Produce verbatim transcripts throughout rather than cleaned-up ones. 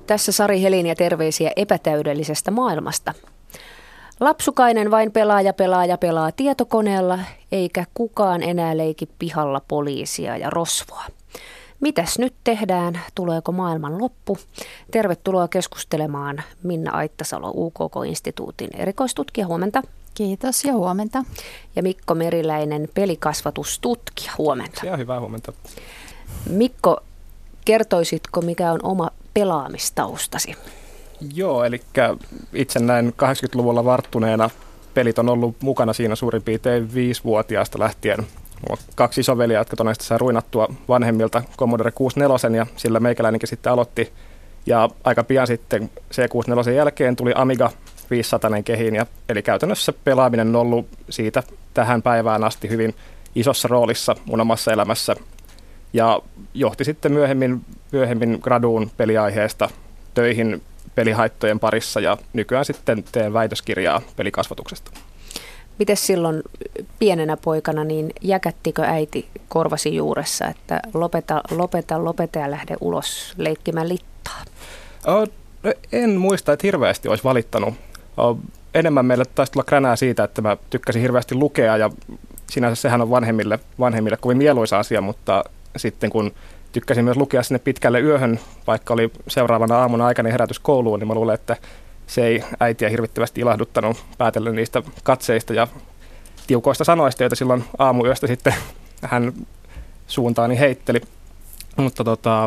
Tässä Sari Helin ja terveisiä epätäydellisestä maailmasta. Lapsukainen vain pelaa ja pelaa ja pelaa tietokoneella, eikä kukaan enää leiki pihalla poliisia ja rosvoa. Mitäs nyt tehdään? Tuleeko maailman loppu? Tervetuloa keskustelemaan Minna Aittasalo, U K K-instituutin erikoistutkija. Huomenta. Kiitos ja huomenta. Ja Mikko Meriläinen, pelikasvatustutkija. Huomenta. Ja hyvää huomenta. Mikko, kertoisitko mikä on oma pelaamistaustasi? Joo, eli itse näin kahdeksankymmentäluvulla varttuneena pelit on ollut mukana siinä suurin piirtein viisivuotiaasta lähtien. Mulla on kaksi isoveliä, jotka todennäköisesti sai ruinattua vanhemmilta Commodore kuusikymmentäneljä ja sillä meikäläinenkin sitten aloitti. Ja aika pian sitten C kuusikymmentäneljä jälkeen tuli Amiga viisisataa kehiin, ja, eli käytännössä pelaaminen on ollut siitä tähän päivään asti hyvin isossa roolissa mun omassa elämässä. Ja johti sitten myöhemmin, myöhemmin graduun peliaiheesta töihin pelihaittojen parissa, ja nykyään sitten teen väitöskirjaa pelikasvatuksesta. Mites silloin pienenä poikana, niin jäkättikö äiti korvasi juuressa, että lopeta, lopeta, lopeta ja lähde ulos leikkimään littaa? Oh, en muista, että hirveästi olisi valittanut. Oh, enemmän meille taisi tulla kränää siitä, että mä tykkäsin hirveästi lukea, ja sinänsä sehän on vanhemmille, vanhemmille kovin mieluisa asia, mutta sitten kun tykkäsin myös lukea sinne pitkälle yöhön, vaikka oli seuraavana aamuna aikainen herätys kouluun, niin mä luulen, että se ei äitiä hirvittävästi ilahduttanut päätellen niistä katseista ja tiukoista sanoista, joita silloin aamuyöstä sitten hän suuntaani heitteli. Mutta tota,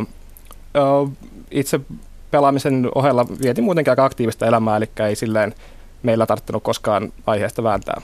itse pelaamisen ohella vietin muutenkin aika aktiivista elämää, eli ei silleen meillä tarttunut koskaan aiheesta vääntää.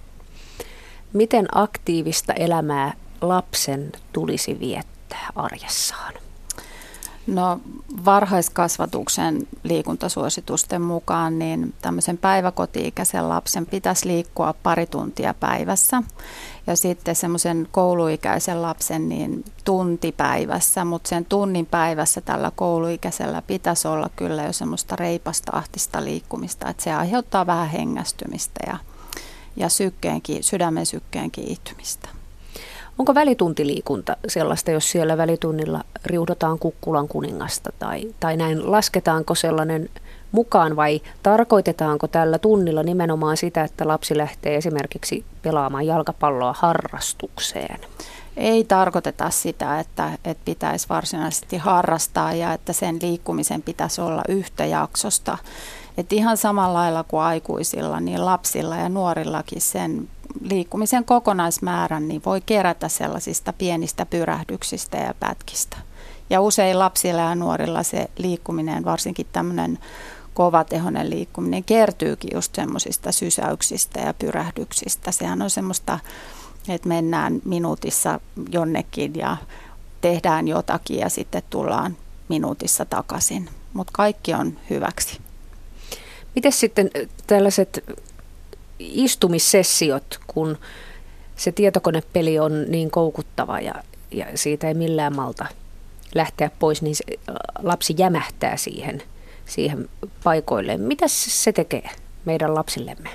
Miten aktiivista elämää lapsen tulisi viettää arjessaan? No, varhaiskasvatuksen liikuntasuositusten mukaan niin tämmöisen päiväkoti-ikäisen lapsen pitäisi liikkua pari tuntia päivässä ja sitten semmoisen kouluikäisen lapsen niin tunti päivässä, mutta sen tunnin päivässä tällä kouluikäisellä pitäisi olla kyllä jo semmoista reipastahtista liikkumista, että se aiheuttaa vähän hengästymistä ja, ja sykkeenkin, sydämen sykkeen kiihtymistä. Onko välituntiliikunta sellaista, jos siellä välitunnilla riuhdotaan Kukkulan kuningasta tai, tai näin, lasketaanko sellainen mukaan vai tarkoitetaanko tällä tunnilla nimenomaan sitä, että lapsi lähtee esimerkiksi pelaamaan jalkapalloa harrastukseen? Ei tarkoiteta sitä, että, että pitäisi varsinaisesti harrastaa ja että sen liikkumisen pitäisi olla yhtäjaksosta. Että ihan samalla lailla kuin aikuisilla, niin lapsilla ja nuorillakin sen liikkumisen kokonaismäärän niin voi kerätä sellaisista pienistä pyrähdyksistä ja pätkistä. Ja usein lapsilla ja nuorilla se liikkuminen, varsinkin tämmöinen kovatehoinen liikkuminen, kertyykin just semmoisista sysäyksistä ja pyrähdyksistä. Sehän on semmoista, että mennään minuutissa jonnekin ja tehdään jotakin ja sitten tullaan minuutissa takaisin. Mutta kaikki on hyväksi. Miten sitten tällaiset istumissessiot, kun se tietokonepeli on niin koukuttava ja, ja siitä ei millään malta lähteä pois, niin se lapsi jämähtää siihen, siihen paikoilleen. Mitäs se tekee meidän lapsillemme?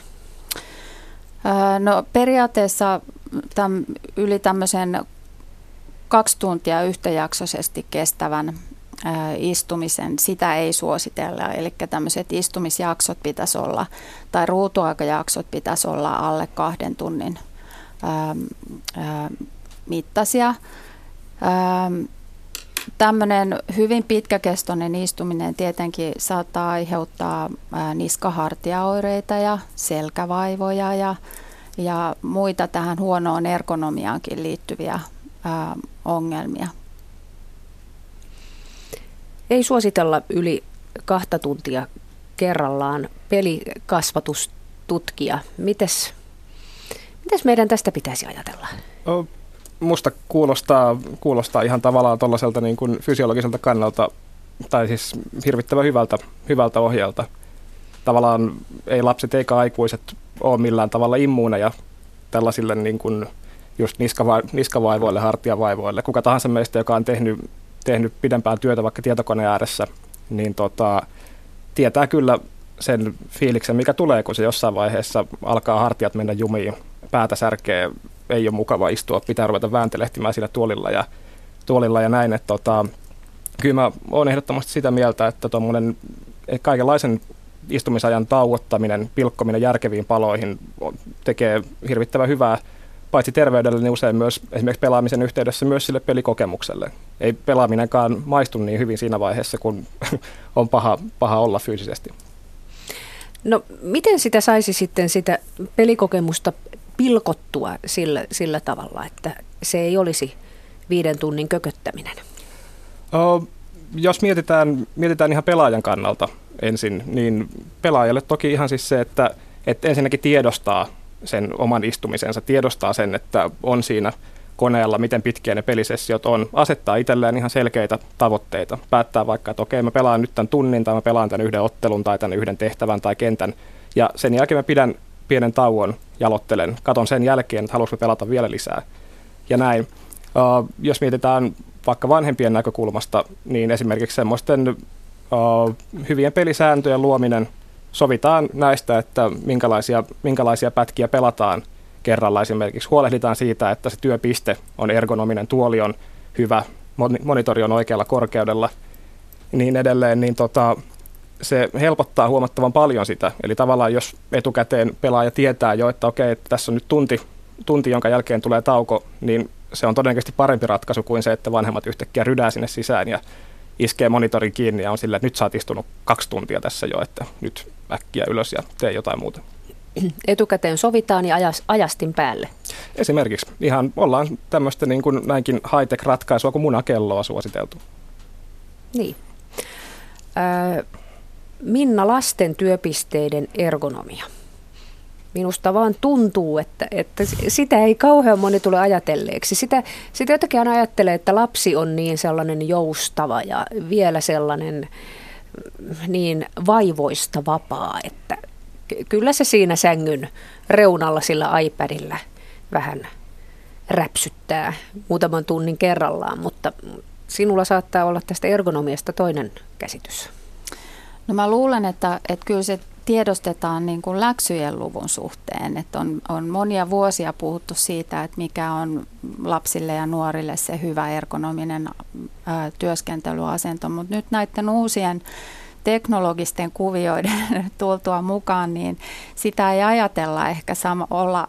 No periaatteessa täm, yli tämmöisen kaksi tuntia yhtäjaksoisesti kestävän istumisen, sitä ei suositella, eli tämmöiset istumisjaksot pitäisi olla, tai ruutuaikajaksot pitäisi olla alle kahden tunnin ää, ää, mittaisia. Ää, tämmöinen hyvin pitkäkestoinen istuminen tietenkin saattaa aiheuttaa ää, niskahartiaoireita ja selkävaivoja ja, ja muita tähän huonoon ergonomiaankin liittyviä ää, ongelmia. Ei suositella yli kahta tuntia kerrallaan. Pelikasvatustutkija, mites, mites meidän tästä pitäisi ajatella? Musta kuulostaa, kuulostaa ihan tavallaan tuollaiselta niin kuin fysiologiselta kannalta, tai siis hirvittävän hyvältä, hyvältä ohjelta. Tavallaan ei lapset eikä aikuiset ole millään tavalla immuuneja tällaisille niin kuin just niskava, niskavaivoille, hartiavaivoille. Kuka tahansa meistä, joka on tehnyt tehnyt pidempään työtä vaikka tietokoneen ääressä, niin tota, tietää kyllä sen fiiliksen, mikä tulee, kun se jossain vaiheessa alkaa hartiat mennä jumiin, päätä särkee, ei ole mukava istua, pitää ruveta vääntelehtimään sillä tuolilla ja, tuolilla ja näin. Että tota, Kyllä mä oon ehdottomasti sitä mieltä, että tuommoinen kaikenlaisen istumisajan tauottaminen, pilkkominen järkeviin paloihin tekee hirvittävän hyvää paitsi terveydelle, niin usein myös esimerkiksi pelaamisen yhteydessä myös sille pelikokemukselle. Ei pelaaminenkaan maistu niin hyvin siinä vaiheessa, kun on paha, paha olla fyysisesti. No miten sitä saisi sitten sitä pelikokemusta pilkottua sillä, sillä tavalla, että se ei olisi viiden tunnin kököttäminen? O, jos mietitään, mietitään ihan pelaajan kannalta ensin, niin pelaajalle toki ihan siis se, että, että ensinnäkin tiedostaa sen oman istumisensa, tiedostaa sen, että on siinä koneella, miten pitkiä ne pelisessiot on, asettaa itselleen ihan selkeitä tavoitteita, päättää vaikka, että okei, mä pelaan nyt tämän tunnin tai mä pelaan tämän yhden ottelun tai tämän yhden tehtävän tai kentän, ja sen jälkeen mä pidän pienen tauon, jalottelen, katon sen jälkeen, että haluaisin pelata vielä lisää, ja näin. Uh, jos mietitään vaikka vanhempien näkökulmasta, niin esimerkiksi semmoisten uh, hyvien pelisääntöjen luominen, sovitaan näistä, että minkälaisia, minkälaisia pätkiä pelataan kerralla esimerkiksi. Huolehditaan siitä, että se työpiste on ergonominen, tuoli on hyvä, monitori on oikealla korkeudella, niin edelleen, niin tota, se helpottaa huomattavan paljon sitä. Eli tavallaan jos etukäteen pelaaja tietää jo, että okei, että tässä on nyt tunti, tunti, jonka jälkeen tulee tauko, niin se on todennäköisesti parempi ratkaisu kuin se, että vanhemmat yhtäkkiä rydää sinne sisään ja iskee monitorin kiinni ja on silleen, että nyt sä oot istunut kaksi tuntia tässä jo, että nyt äkkiä ylös ja tee jotain muuta. Etukäteen sovitaan ja ajas, ajastin päälle. Esimerkiksi ihan ollaan tämmöistä niin kuin näinkin high-tech ratkaisua kuin munakelloa suositeltu. Niin. Äh, Minna, lasten työpisteiden ergonomia. Minusta vaan tuntuu, että, että sitä ei kauhean moni tule ajatelleeksi. Sitä, sitä jotenkin aina ajattelee, että lapsi on niin sellainen joustava ja vielä sellainen niin vaivoista vapaa, että kyllä se siinä sängyn reunalla sillä iPadilla vähän räpsyttää muutaman tunnin kerrallaan, mutta sinulla saattaa olla tästä ergonomiasta toinen käsitys. No mä luulen, että, että kyllä se tiedostetaan niin kuin läksyjen luvun suhteen, että on, on monia vuosia puhuttu siitä, että mikä on lapsille ja nuorille se hyvä ergonominen ää, työskentelyasento, mutta nyt näiden uusien teknologisten kuvioiden tultua mukaan, niin sitä ei ajatella ehkä sama, olla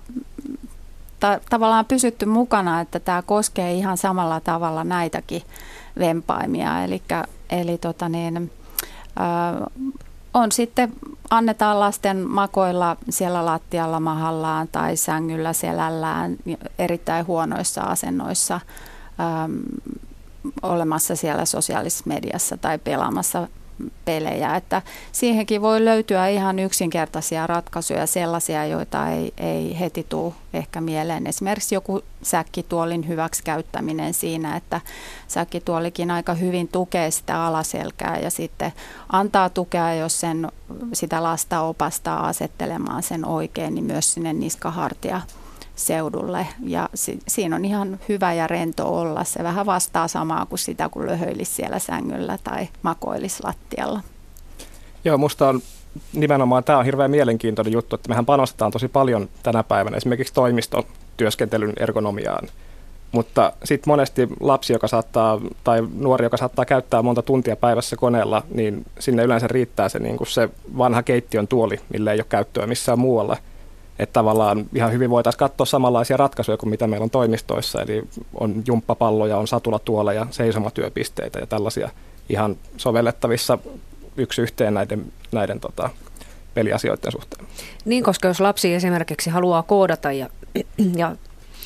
ta, tavallaan pysytty mukana, että tämä koskee ihan samalla tavalla näitäkin vempaimia, eli, eli tota niin, ää, on sitten, annetaan lasten makoilla siellä lattialla mahallaan tai sängyllä selällään erittäin huonoissa asennoissa äm, olemassa siellä sosiaalisessa mediassa tai pelaamassa pelejä. Että siihenkin voi löytyä ihan yksinkertaisia ratkaisuja, sellaisia, joita ei, ei heti tule ehkä mieleen. Esimerkiksi joku säkkituolin hyväksikäyttäminen siinä, että säkkituolikin aika hyvin tukee sitä alaselkää ja sitten antaa tukea, jos sen, sitä lasta opastaa asettelemaan sen oikein, niin myös sinne niskahartia seudulle. Ja si- siinä on ihan hyvä ja rento olla. Se vähän vastaa samaa kuin sitä, kun löhöilisi siellä sängyllä tai makoilisi lattialla. Joo, musta on nimenomaan tämä on hirveän mielenkiintoinen juttu, että mehän panostetaan tosi paljon tänä päivänä esimerkiksi toimistotyöskentelyn ergonomiaan. Mutta sitten monesti lapsi, joka saattaa, tai nuori, joka saattaa käyttää monta tuntia päivässä koneella, niin sinne yleensä riittää se, niin kuin se vanha keittiön tuoli, millä ei ole käyttöä missään muualla. Että tavallaan ihan hyvin voitaisiin katsoa samanlaisia ratkaisuja kuin mitä meillä on toimistoissa, eli on jumppapalloja, on satulatuoleja, seisomatyöpisteitä ja tällaisia ihan sovellettavissa yksi yhteen näiden, näiden tota, peliasioiden suhteen. Niin, koska jos lapsi esimerkiksi haluaa koodata ja, ja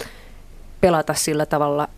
pelata sillä tavalla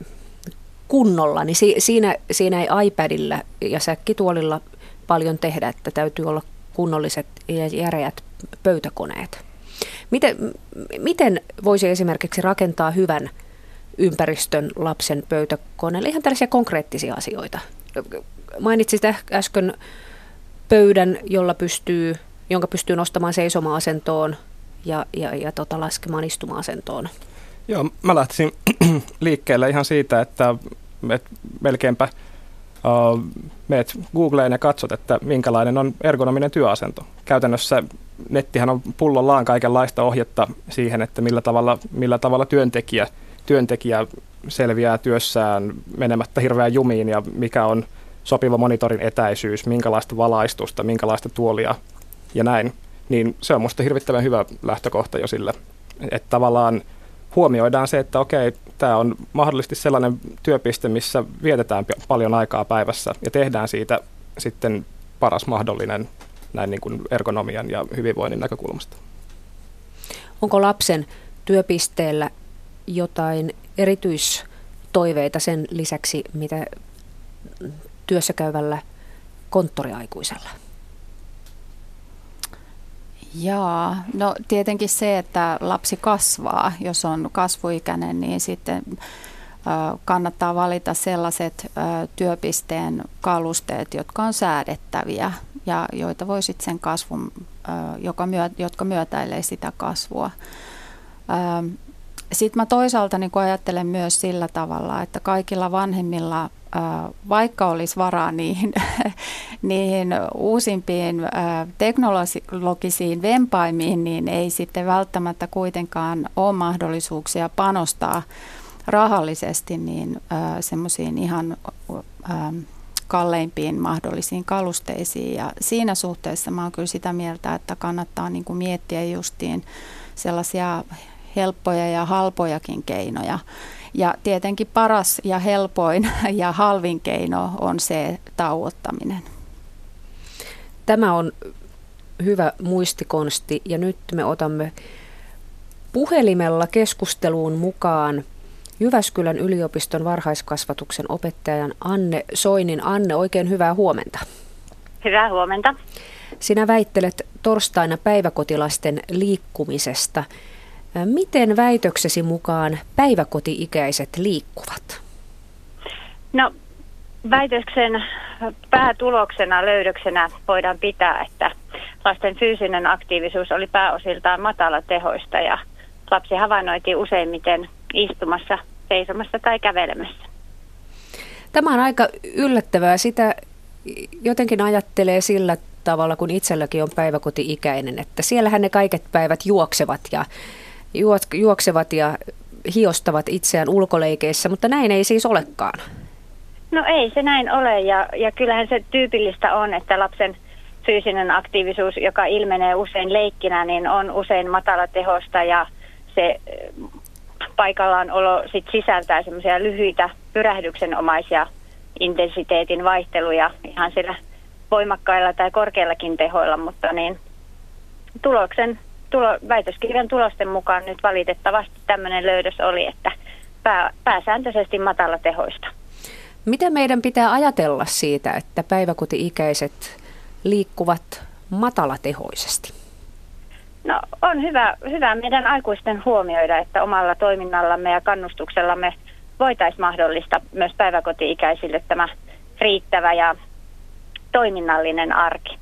kunnolla, niin si, siinä, siinä ei iPadilla ja säkkituolilla paljon tehdä, että täytyy olla kunnolliset ja järeät pöytäkoneet. Miten, miten voisi esimerkiksi rakentaa hyvän ympäristön lapsen pöytäkoneelle? Ihan tällaisia konkreettisia asioita. Mainitsit äsken pöydän, jolla pystyy, jonka pystyy nostamaan seisoma-asentoon ja, ja, ja tota, laskemaan istuma-asentoon. Joo, mä lähtisin liikkeelle ihan siitä, että et melkeinpä uh, meet Googleen ja katsot, että minkälainen on ergonominen työasento. Käytännössä nettihän on pullollaan kaikenlaista ohjetta siihen, että millä tavalla, millä tavalla työntekijä, työntekijä selviää työssään menemättä hirveän jumiin ja mikä on sopiva monitorin etäisyys, minkälaista valaistusta, minkälaista tuolia ja näin, niin se on musta hirvittävän hyvä lähtökohta jo sille, että tavallaan huomioidaan se, että okei, tämä on mahdollisesti sellainen työpiste, missä vietetään paljon aikaa päivässä ja tehdään siitä sitten paras mahdollinen näin niin kuin ergonomian ja hyvinvoinnin näkökulmasta. Onko lapsen työpisteellä jotain erityistoiveita sen lisäksi, mitä työssä käyvällä konttoriaikuisella? Jaa, no tietenkin se, että lapsi kasvaa, jos on kasvuikäinen, niin sitten kannattaa valita sellaiset työpisteen kalusteet, jotka on säädettäviä ja joita voi sitten sen kasvun, joka myö, jotka myötäilee sitä kasvua. Sitten mä toisaalta niin ajattelen myös sillä tavalla, että kaikilla vanhemmilla, vaikka olisi varaa niihin, niihin uusimpiin teknologisiin vempaimiin, niin ei sitten välttämättä kuitenkaan ole mahdollisuuksia panostaa rahallisesti niin semmoisiin ihan kalleimpiin mahdollisiin kalusteisiin. Ja siinä suhteessa mä oon kyllä sitä mieltä, että kannattaa niin kuin miettiä justiin sellaisia helppoja ja halpojakin keinoja. Ja tietenkin paras ja helpoin ja halvin keino on se tauottaminen. Tämä on hyvä muistikonsti ja nyt me otamme puhelimella keskusteluun mukaan Jyväskylän yliopiston varhaiskasvatuksen opettajan Anne Soinin. Anne, oikein hyvää huomenta. Hyvää huomenta. Sinä väittelet torstaina päiväkotilasten liikkumisesta. Miten väitöksesi mukaan päiväkoti-ikäiset liikkuvat? No, väitöksen päätuloksena, löydöksenä voidaan pitää, että lasten fyysinen aktiivisuus oli pääosiltaan matalatehoista ja lapsi havainnoitiin useimmiten istumassa, seisomassa tai kävelemässä. Tämä on aika yllättävää. Sitä jotenkin ajattelee sillä tavalla, kun itselläkin on päiväkoti-ikäinen, että siellähän ne kaiket päivät juoksevat ja juoksevat ja hiostavat itseään ulkoleikeissä, mutta näin ei siis olekaan. No ei se näin ole ja, ja kyllähän se tyypillistä on, että lapsen fyysinen aktiivisuus, joka ilmenee usein leikkinä, niin on usein matalatehosta ja se paikallaanolo sit sisältää semmoisia lyhyitä pyrähdyksenomaisia intensiteetin vaihteluja ihan sillä voimakkailla tai korkeillakin tehoilla, mutta niin tuloksen Tulo, väitöskirjan tulosten mukaan nyt valitettavasti tämmöinen löydös oli, että pää, pääsääntöisesti matalatehoista. Mitä meidän pitää ajatella siitä, että päiväkoti-ikäiset liikkuvat matalatehoisesti? No on hyvä, hyvä meidän aikuisten huomioida, että omalla toiminnallamme ja kannustuksellamme voitaisiin mahdollista myös päiväkoti-ikäisille tämä riittävä ja toiminnallinen arki.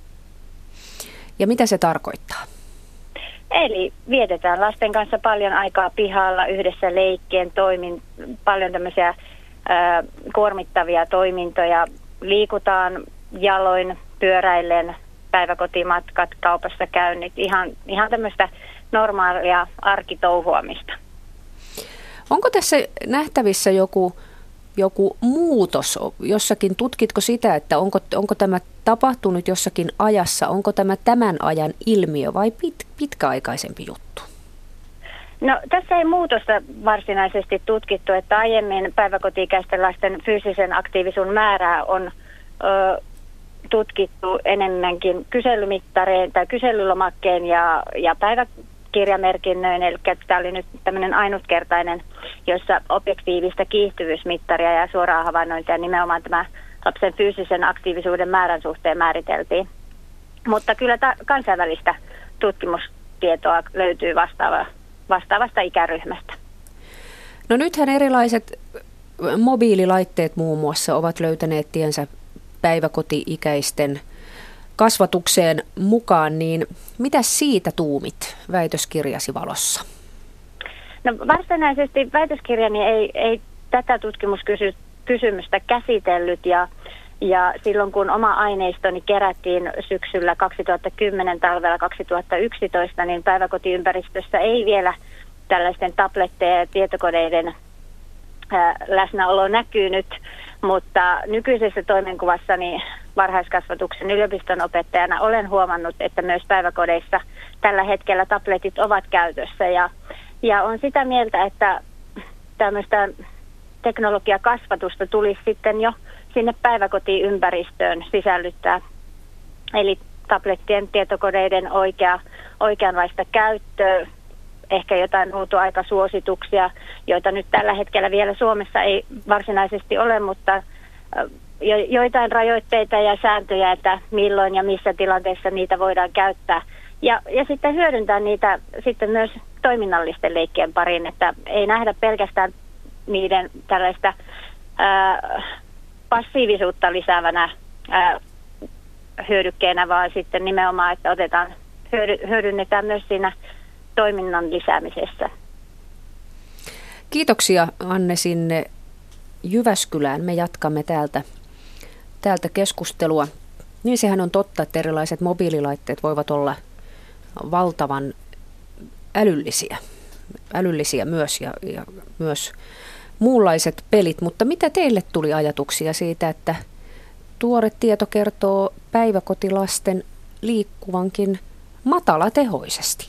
Ja mitä se tarkoittaa? Eli vietetään lasten kanssa paljon aikaa pihalla, yhdessä leikkien, toimin, paljon tämmöisiä ää, kuormittavia toimintoja. Liikutaan jaloin, pyöräillen, päiväkotimatkat, kaupassa käynnit, ihan, ihan tämmöistä normaalia arkitouhuamista. Onko tässä nähtävissä joku, joku muutos jossakin? Tutkitko sitä, että onko, onko tämä tapahtunut jossakin ajassa? Onko tämä tämän ajan ilmiö vai pit, pitkäaikaisempi juttu? No tässä ei muutosta varsinaisesti tutkittu, että aiemmin päiväkoti-ikäisten lasten fyysisen aktiivisuuden määrää on ö, tutkittu enemmänkin kyselymittareen tai kyselylomakkeen ja, ja päiväkirjamerkinnöin, eli tämä oli nyt tämmöinen ainutkertainen, jossa objektiivista kiihtyvyysmittaria ja suoraa havainnointia nimenomaan tämä lapsen fyysisen aktiivisuuden määrän suhteen määriteltiin. Mutta kyllä ta- kansainvälistä tutkimustietoa löytyy vastaava, vastaavasta ikäryhmästä. No nythän erilaiset mobiililaitteet muun muassa ovat löytäneet tiensä päiväkoti-ikäisten kasvatukseen mukaan, niin mitä siitä tuumit väitöskirjasi valossa? No varsinaisesti väitöskirjani ei, ei tätä tutkimuskysymystä käsitellyt ja, ja silloin kun oma aineistoni kerättiin syksyllä kaksituhattakymmenen talvella kaksituhattayksitoista, niin päiväkotiympäristössä ei vielä tällaisten tabletteja ja tietokoneiden ää, läsnäolo näkynyt, Mutta nykyisessä toimenkuvassani varhaiskasvatuksen yliopiston opettajana olen huomannut, että myös päiväkodeissa tällä hetkellä tabletit ovat käytössä. Ja, ja on sitä mieltä, että tämmöistä teknologiakasvatusta tulisi sitten jo sinne päiväkotiympäristöön sisällyttää. Eli tablettien, tietokoneiden oikea, oikeanlaista käyttöä, ehkä jotain ruutuaikasuosituksia, joita nyt tällä hetkellä vielä Suomessa ei varsinaisesti ole, mutta jo, joitain rajoitteita ja sääntöjä, että milloin ja missä tilanteessa niitä voidaan käyttää. Ja, ja sitten hyödyntää niitä sitten myös toiminnallisten leikkien pariin, että ei nähdä pelkästään niiden tällaista ää, passiivisuutta lisäävänä ää, hyödykkeenä, vaan sitten nimenomaan, että otetaan, hyödy, hyödynnetään myös siinä toiminnan lisäämisessä. Kiitoksia Anne sinne Jyväskylään. Me jatkamme täältä, täältä keskustelua. Niin sehän on totta, että erilaiset mobiililaitteet voivat olla valtavan älyllisiä, älyllisiä myös ja, ja myös muunlaiset pelit. Mutta mitä teille tuli ajatuksia siitä, että tuore tieto kertoo päiväkotilasten liikkuvankin matalatehoisesti?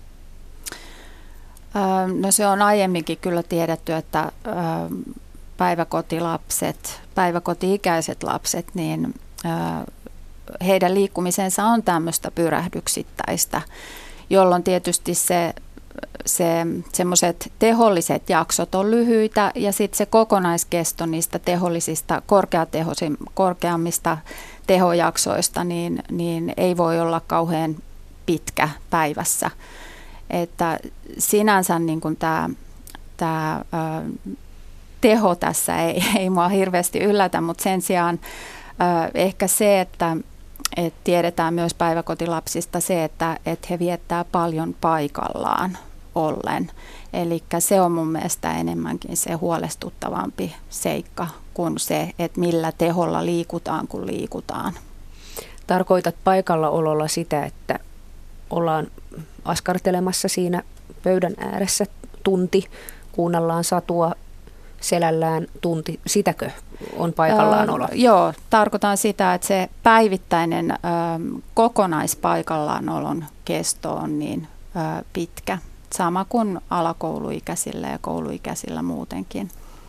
No se on aiemminkin kyllä tiedetty, että päiväkotilapset, päiväkoti-ikäiset lapset, niin heidän liikkumisensa on tämmöistä pyrähdyksittäistä, jolloin tietysti se, se, semmoiset teholliset jaksot on lyhyitä ja sitten se kokonaiskesto niistä tehollisista, korkeammista tehojaksoista, niin, niin ei voi olla kauhean pitkä päivässä. Että sinänsä niin kuin tämä, tämä ö, teho tässä ei, ei mua hirveästi yllätä, mutta sen sijaan ö, ehkä se, että et tiedetään myös päiväkotilapsista se, että et he viettää paljon paikallaan ollen. Eli se on mun mielestä enemmänkin se huolestuttavampi seikka kuin se, että millä teholla liikutaan, kun liikutaan. Tarkoitat paikallaololla sitä, että ollaan askartelemassa siinä pöydän ääressä tunti, kuunnellaan satua selällään tunti, sitäkö on paikallaanolo? Öö, joo, tarkoitan sitä, että se päivittäinen ö, kokonaispaikallaanolon kesto on niin ö, pitkä, sama kuin alakouluikäisillä ja kouluikäisillä muutenkin.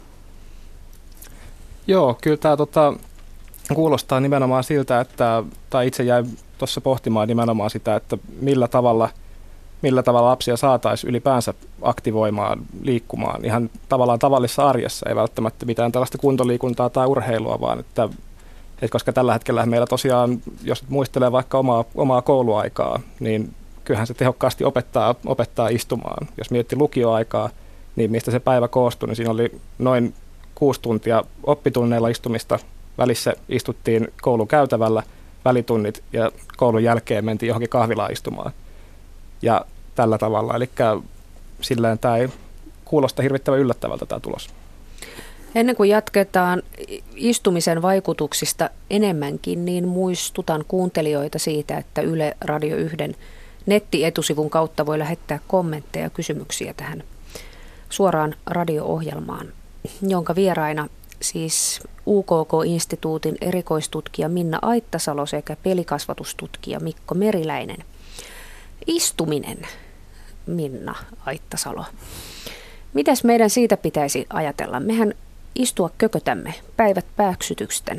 Joo, kyllä tämä tota, kuulostaa nimenomaan siltä, että tai itse jäi tuossa pohtimaan nimenomaan sitä, että millä tavalla, millä tavalla lapsia saataisiin ylipäänsä aktivoimaan, liikkumaan ihan tavallaan tavallisessa arjessa, ei välttämättä mitään tällaista kuntoliikuntaa tai urheilua, vaan että, että koska tällä hetkellä meillä tosiaan, jos muistelee vaikka omaa, omaa kouluaikaa, niin kyllähän se tehokkaasti opettaa, opettaa istumaan. Jos miettii lukioaikaa, niin mistä se päivä koostui, niin siinä oli noin kuusi tuntia oppitunneilla istumista, välissä istuttiin koulukäytävällä, välitunnit ja koulun jälkeen mentiin johonkin kahvilaan istumaan. Ja tällä tavalla, eli silleen tämä ei kuulosta hirvittävän yllättävältä tämä tulos. Ennen kuin jatketaan istumisen vaikutuksista enemmänkin, niin muistutan kuuntelijoita siitä, että Yle Radio yhden nettietusivun kautta voi lähettää kommentteja ja kysymyksiä tähän suoraan radio-ohjelmaan, jonka vieraina siis U K K-instituutin erikoistutkija Minna Aittasalo sekä pelikasvatustutkija Mikko Meriläinen. Istuminen, Minna Aittasalo. Mitäs meidän siitä pitäisi ajatella? Mehän istua kökötämme päivät pääksytysten.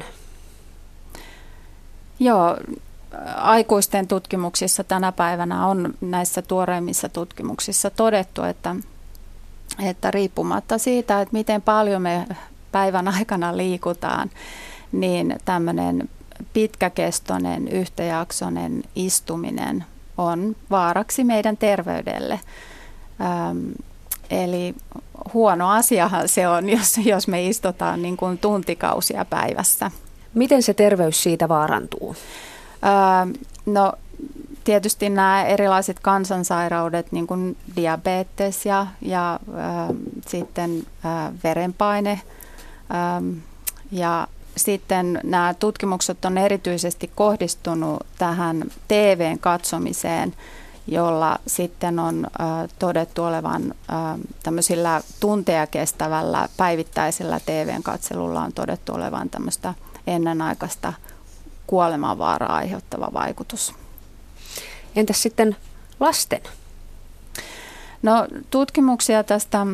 Joo, aikuisten tutkimuksissa tänä päivänä on näissä tuoreimmissa tutkimuksissa todettu, että, että riippumatta siitä, että miten paljon me päivän aikana liikutaan, niin tämmöinen pitkäkestoinen, yhtäjaksoinen istuminen on vaaraksi meidän terveydelle. Ähm, eli huono asiahan se on, jos, jos me istutaan niin kuin tuntikausia päivässä. Miten se terveys siitä vaarantuu? Ähm, no tietysti nämä erilaiset kansansairaudet, niin kuin diabetes ja, ja äh, sitten äh, verenpaine ähm, ja sitten nämä tutkimukset on erityisesti kohdistunut tähän T V:n katsomiseen jolla sitten on ö, todettu olevan ö, tämmöisillä tunteja kestävällä päivittäisellä T V-katselulla on todettu olevan tämmöistä ennenaikaista kuolemanvaaraa aiheuttava vaikutus. Entäs sitten lasten? No, tutkimuksia tästä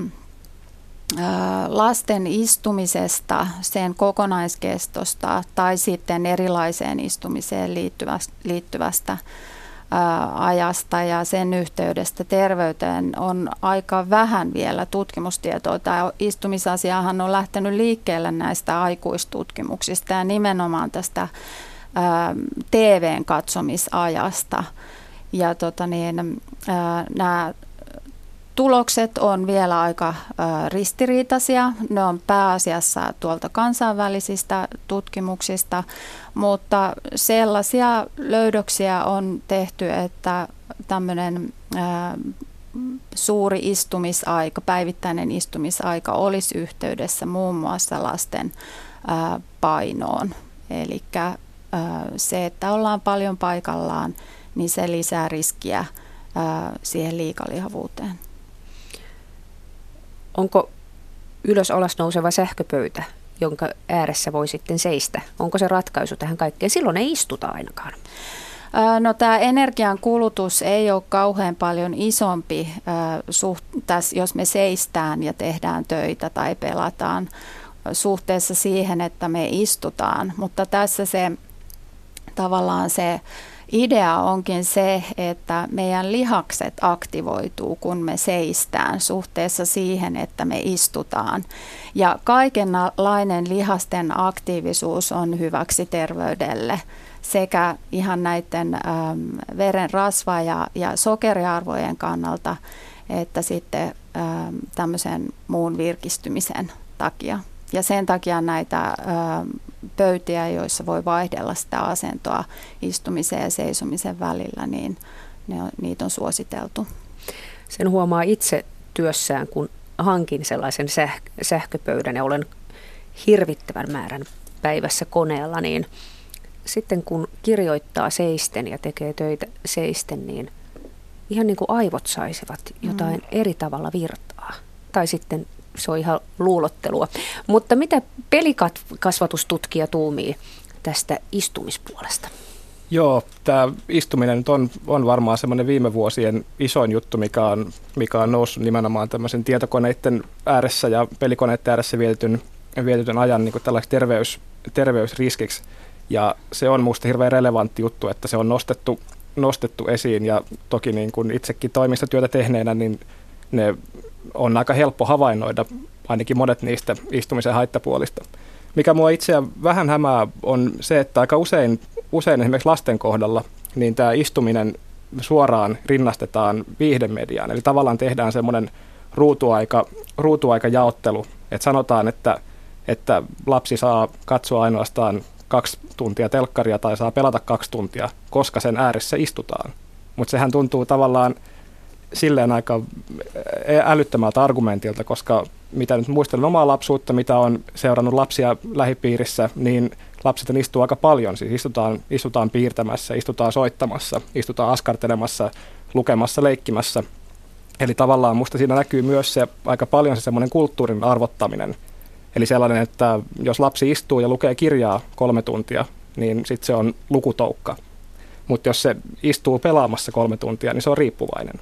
lasten istumisesta, sen kokonaiskestosta tai sitten erilaiseen istumiseen liittyvästä, liittyvästä ää, ajasta ja sen yhteydestä terveyteen on aika vähän vielä tutkimustietoa. Tämä istumisasiahan on lähtenyt liikkeelle näistä aikuistutkimuksista ja nimenomaan tästä ää, T V:n katsomisajasta. Ja tota niin, ää, nämä tulokset on vielä aika ä, ristiriitaisia. Ne on pääasiassa tuolta kansainvälisistä tutkimuksista, mutta sellaisia löydöksiä on tehty, että tämmöinen ä, suuri istumisaika, päivittäinen istumisaika olisi yhteydessä muun muassa lasten ä, painoon. Eli se, että ollaan paljon paikallaan, niin se lisää riskiä ä, siihen liikalihavuuteen. Onko ylös alas nouseva sähköpöytä, jonka ääressä voi sitten seistä? Onko se ratkaisu tähän kaikkeen? Silloin ei istuta ainakaan. No, tämä energian kulutus ei ole kauhean paljon isompi, suht, tässä, jos me seistään ja tehdään töitä tai pelataan suhteessa siihen, että me istutaan. Mutta tässä se tavallaan se idea onkin se, että meidän lihakset aktivoituu, kun me seistään suhteessa siihen, että me istutaan. Ja kaikenlainen lihasten aktiivisuus on hyväksi terveydelle sekä ihan näiden äm, veren rasva- ja, ja sokeriarvojen kannalta, että sitten äm, tämmöisen muun virkistymisen takia. Ja sen takia näitä ö, pöytiä, joissa voi vaihdella sitä asentoa istumisen ja seisomisen välillä, niin ne on, niitä on suositeltu. Sen huomaa itse työssään, kun hankin sellaisen säh- sähköpöydän ja olen hirvittävän määrän päivässä koneella, niin sitten kun kirjoittaa seisten ja tekee töitä seisten, niin ihan niin kuin aivot saisivat jotain mm. eri tavalla virtaa. Tai sitten se on ihan luulottelua. Mutta mitä pelikasvatustutkija tuumii tästä istumispuolesta? Joo, tämä istuminen nyt on, on varmaan semmoinen viime vuosien isoin juttu, mikä on, mikä on noussut nimenomaan tämmöisen tietokoneiden ääressä ja pelikoneiden ääressä vietetyn, vietetyn ajan niin kuin tällaiseksi terveys, terveysriskiksi. Ja se on minusta hirveän relevantti juttu, että se on nostettu, nostettu esiin ja toki niin kuin itsekin toimistotyötä tehneenä, niin ne on aika helppo havainnoida ainakin monet niistä istumisen haittapuolista. Mikä mua itseä vähän hämää on se, että aika usein, usein esimerkiksi lasten kohdalla niin tämä istuminen suoraan rinnastetaan viihdemediaan. Eli tavallaan tehdään semmoinen ruutuaika, ruutuaikajaottelu, että sanotaan, että, että lapsi saa katsoa ainoastaan kaksi tuntia telkkaria tai saa pelata kaksi tuntia, koska sen ääressä istutaan. Mutta sehän tuntuu tavallaan silleen aika älyttömältä argumentilta, koska mitä nyt muistelen omaa lapsuutta, mitä on seurannut lapsia lähipiirissä, niin lapset istuu aika paljon. Siis istutaan, istutaan piirtämässä, istutaan soittamassa, istutaan askartelemassa, lukemassa, leikkimässä. Eli tavallaan musta siinä näkyy myös se aika paljon se semmoinen kulttuurin arvottaminen. Eli sellainen, että jos lapsi istuu ja lukee kirjaa kolme tuntia, niin sitten se on lukutoukka. Mutta jos se istuu pelaamassa kolme tuntia, niin se on riippuvainen.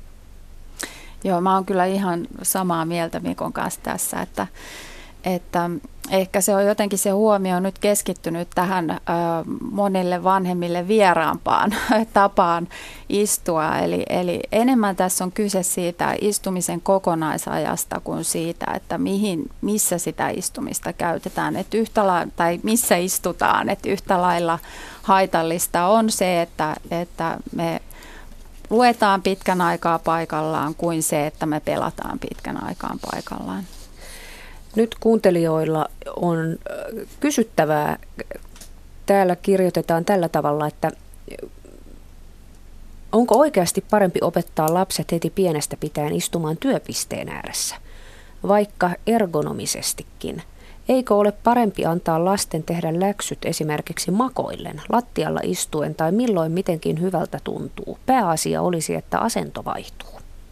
Joo, mä oon kyllä ihan samaa mieltä Mikon kanssa tässä, että, että ehkä se on jotenkin se huomio nyt keskittynyt tähän ö, monille vanhemmille vieraampaan tapaan istua. Eli, eli enemmän tässä on kyse siitä istumisen kokonaisajasta kuin siitä, että mihin, missä sitä istumista käytetään, että yhtä la- tai missä istutaan. Että yhtä lailla haitallista on se, että, että me luetaan pitkän aikaa paikallaan kuin se, että me pelataan pitkän aikaan paikallaan. Nyt kuuntelijoilla on kysyttävää. Täällä kirjoitetaan tällä tavalla, että onko oikeasti parempi opettaa lapset heti pienestä pitäen istumaan työpisteen ääressä, vaikka ergonomisestikin, Eikö ole parempi antaa lasten tehdä läksyt esimerkiksi makoillen, lattialla istuen tai milloin mitenkin hyvältä tuntuu? Pääasia olisi, että asento vaihtuu.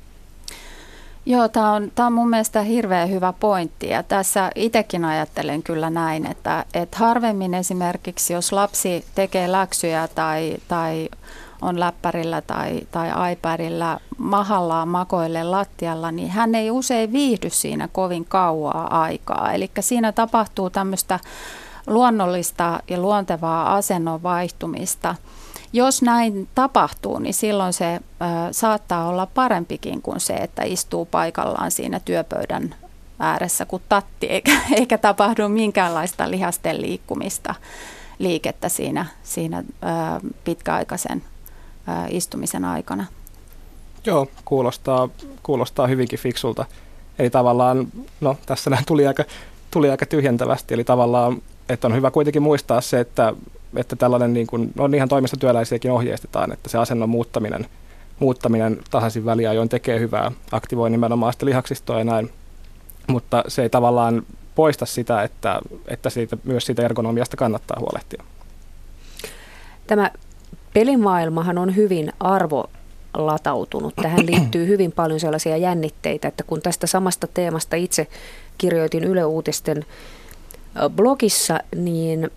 Joo, tämä on, tämä on mun mielestä hirveän hyvä pointti ja tässä itsekin ajattelen kyllä näin, että, että harvemmin esimerkiksi jos lapsi tekee läksyjä tai, tai on läppärillä tai, tai iPadilla mahallaan makoille lattialla, niin hän ei usein viihdy siinä kovin kauaa aikaa. Eli siinä tapahtuu tämmöistä luonnollista ja luontevaa asennon vaihtumista. Jos näin tapahtuu, niin silloin se ö, saattaa olla parempikin kuin se, että istuu paikallaan siinä työpöydän ääressä kuin tatti, eikä, eikä tapahdu minkäänlaista lihasten liikkumista, liikettä siinä, siinä ö, pitkäaikaisen ö, istumisen aikana. Joo, kuulostaa, kuulostaa hyvinkin fiksulta. Eli tavallaan, no tässä näin tuli aika, tuli aika tyhjentävästi, eli tavallaan, että on hyvä kuitenkin muistaa se, että että tällainen niin kuin, no ihan toimistotyöläisiäkin ohjeistetaan, että se asennon muuttaminen, muuttaminen tasaisin väliajoin tekee hyvää, aktivoi nimenomaan sitä lihaksistoa ja näin, mutta se ei tavallaan poista sitä, että, että siitä, myös siitä ergonomiasta kannattaa huolehtia. Tämä pelimaailmahan on hyvin arvolatautunut. Tähän liittyy hyvin paljon sellaisia jännitteitä, että kun tästä samasta teemasta itse kirjoitin Yle Uutisten blogissa, niin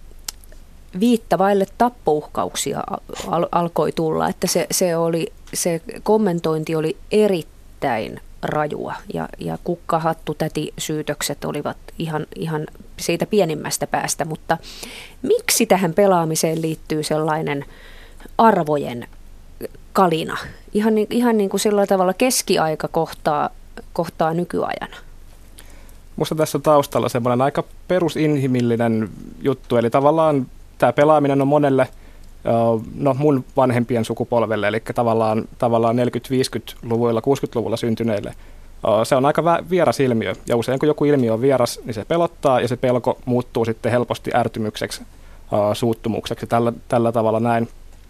viittä vaille tappouhkauksia al- alkoi tulla, että se, se, oli, se kommentointi oli erittäin rajua ja, ja kukkahattu täti syytökset olivat ihan, ihan siitä pienimmästä päästä, mutta miksi tähän pelaamiseen liittyy sellainen arvojen kalina? Ihan, ihan niin kuin sillä tavalla keskiaika kohtaa, kohtaa nykyajan. Minusta tässä on taustalla semmoinen aika perusinhimillinen juttu, eli tavallaan tämä pelaaminen on monelle, no mun vanhempien sukupolvelle, eli tavallaan, tavallaan neljäkymmentä-viisikymmentäluvuilla, kuusikymmentäluvulla syntyneille. Se on aika vieras ilmiö, ja usein kun joku ilmiö on vieras, niin se pelottaa, ja se pelko muuttuu sitten helposti ärtymykseksi, suuttumukseksi, tällä, tällä tavalla näin.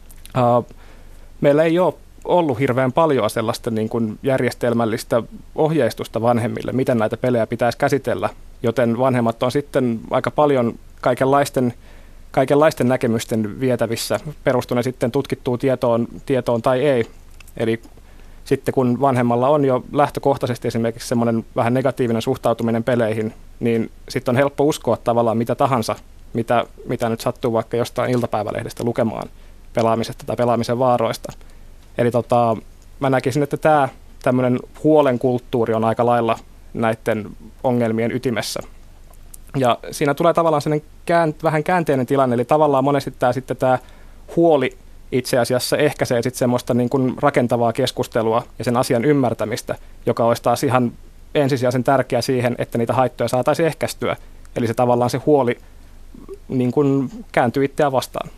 Meillä ei ole ollut hirveän paljon sellaista niin kuin järjestelmällistä ohjeistusta vanhemmille, miten näitä pelejä pitäisi käsitellä, joten vanhemmat on sitten aika paljon kaikenlaisten kaikenlaisten näkemysten vietävissä, perustuen sitten tutkittuun tietoon, tietoon tai ei. Eli sitten kun vanhemmalla on jo lähtökohtaisesti esimerkiksi semmoinen vähän negatiivinen suhtautuminen peleihin, niin sitten on helppo uskoa tavallaan mitä tahansa, mitä, mitä nyt sattuu vaikka jostain iltapäivälehdestä lukemaan pelaamisesta tai pelaamisen vaaroista. Eli tota, mä näkisin, että tämä tämmöinen huolen kulttuuri on aika lailla näiden ongelmien ytimessä. Ja siinä tulee tavallaan sellainen kään, vähän käänteinen tilanne, eli tavallaan monesti tämä, sitten tämä huoli itse asiassa ehkäisee sitten semmoista niin kuin rakentavaa keskustelua ja sen asian ymmärtämistä, joka olisi taas ihan ensisijaisen tärkeä siihen, että niitä haittoja saataisiin ehkäistyä. Eli se tavallaan se huoli niin kuin kääntyy itseään vastaan.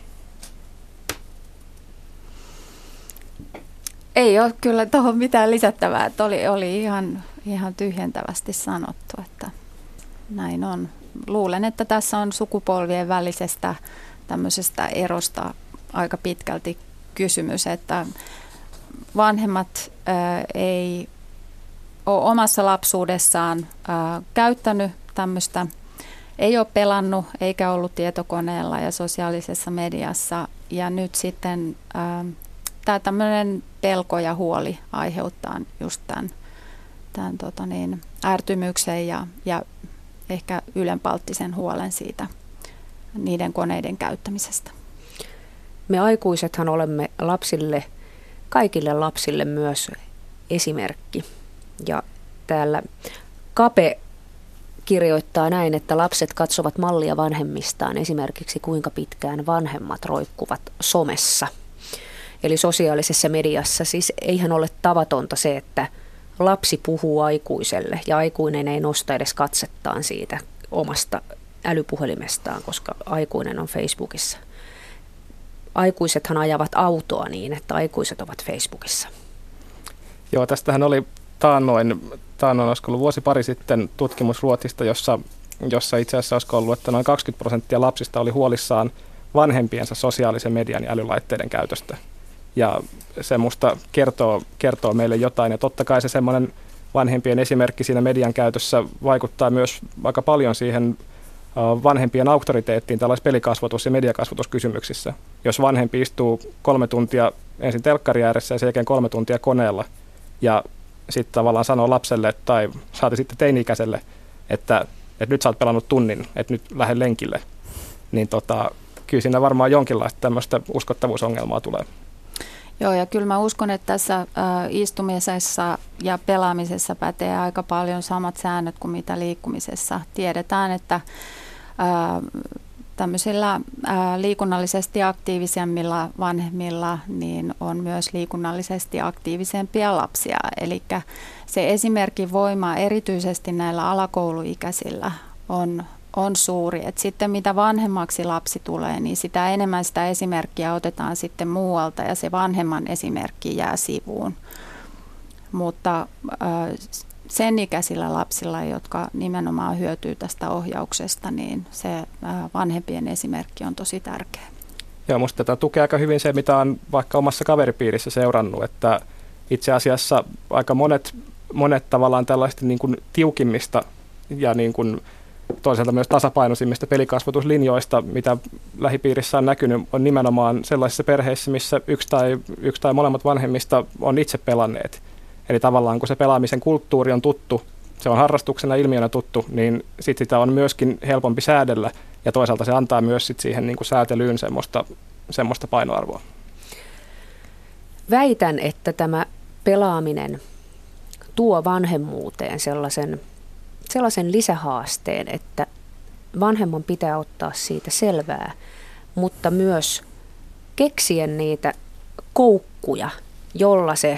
Ei ole kyllä tuohon mitään lisättävää, että oli, oli ihan, ihan tyhjentävästi sanottu, että näin on. Luulen, että tässä on sukupolvien välisestä tämmöisestä erosta aika pitkälti kysymys, että vanhemmat ää, ei ole omassa lapsuudessaan ää, käyttänyt tämmöistä, ei ole pelannut eikä ollut tietokoneella ja sosiaalisessa mediassa ja nyt sitten ää, tämä tämmöinen pelko ja huoli aiheuttaa just tämän, tämän tota niin, ärtymyksen ja, ja ehkä ylenpalttisen huolen siitä niiden koneiden käyttämisestä. Me aikuisethan olemme lapsille, kaikille lapsille myös esimerkki. Ja täällä Kape kirjoittaa näin, että lapset katsovat mallia vanhemmistaan, esimerkiksi kuinka pitkään vanhemmat roikkuvat somessa. Eli sosiaalisessa mediassa. Siis eihän ole tavatonta se, että lapsi puhuu aikuiselle ja aikuinen ei nosta edes katsettaan siitä omasta älypuhelimestaan, koska aikuinen on Facebookissa. Aikuisethan ajavat autoa niin, että aikuiset ovat Facebookissa. Joo, tästähän oli taannoin, taannoin olisiko ollut vuosi pari sitten tutkimus Ruotsista, jossa, jossa itse asiassa olisiko ollut, että noin kaksikymmentä prosenttia lapsista oli huolissaan vanhempiensa sosiaalisen median ja älylaitteiden käytöstä. Ja se musta kertoo, kertoo meille jotain, ja totta kai se semmoinen vanhempien esimerkki siinä median käytössä vaikuttaa myös aika paljon siihen vanhempien auktoriteettiin tällaisissa pelikasvatus- ja mediakasvatuskysymyksissä. Jos vanhempi istuu kolme tuntia ensin telkkari ääressä ja sen jälkeen kolme tuntia koneella ja sitten tavallaan sanoo lapselle tai saati sitten teini-ikäiselle, että, että nyt sä oot pelannut tunnin, että nyt lähde lenkille, niin tota, kyllä siinä varmaan jonkinlaista tämmöistä uskottavuusongelmaa tulee. Joo, ja kyllä mä uskon, että tässä ä, istumisessa ja pelaamisessa pätee aika paljon samat säännöt kuin mitä liikkumisessa. Tiedetään, että ä, tämmöisillä ä, liikunnallisesti aktiivisemmilla vanhemmilla niin on myös liikunnallisesti aktiivisempia lapsia. Eli se esimerkin voima erityisesti näillä alakouluikäisillä on on suuri. Et sitten mitä vanhemmaksi lapsi tulee, niin sitä enemmän sitä esimerkkiä otetaan sitten muualta ja se vanhemman esimerkki jää sivuun. Mutta äh, sen ikäisillä lapsilla, jotka nimenomaan hyötyy tästä ohjauksesta, niin se äh, vanhempien esimerkki on tosi tärkeä. Joo, musta tätä tukee aika hyvin se, mitä on vaikka omassa kaveripiirissä seurannut, että itse asiassa aika monet, monet tavallaan tällaista niin kuin tiukimmista ja niin kuin toisaalta myös tasapainoisimmista pelikasvatuslinjoista, mitä lähipiirissä on näkynyt, on nimenomaan sellaisissa perheissä, missä yksi tai, yksi tai molemmat vanhemmista on itse pelanneet. Eli tavallaan kun se pelaamisen kulttuuri on tuttu, se on harrastuksena ilmiönä tuttu, niin sit sitä on myöskin helpompi säädellä ja toisaalta se antaa myös sit siihen niin kuin säätelyyn semmoista, semmoista painoarvoa. Väitän, että tämä pelaaminen tuo vanhemmuuteen sellaisen sellaisen lisähaasteen, että vanhemman pitää ottaa siitä selvää, mutta myös keksiä niitä koukkuja, jolla se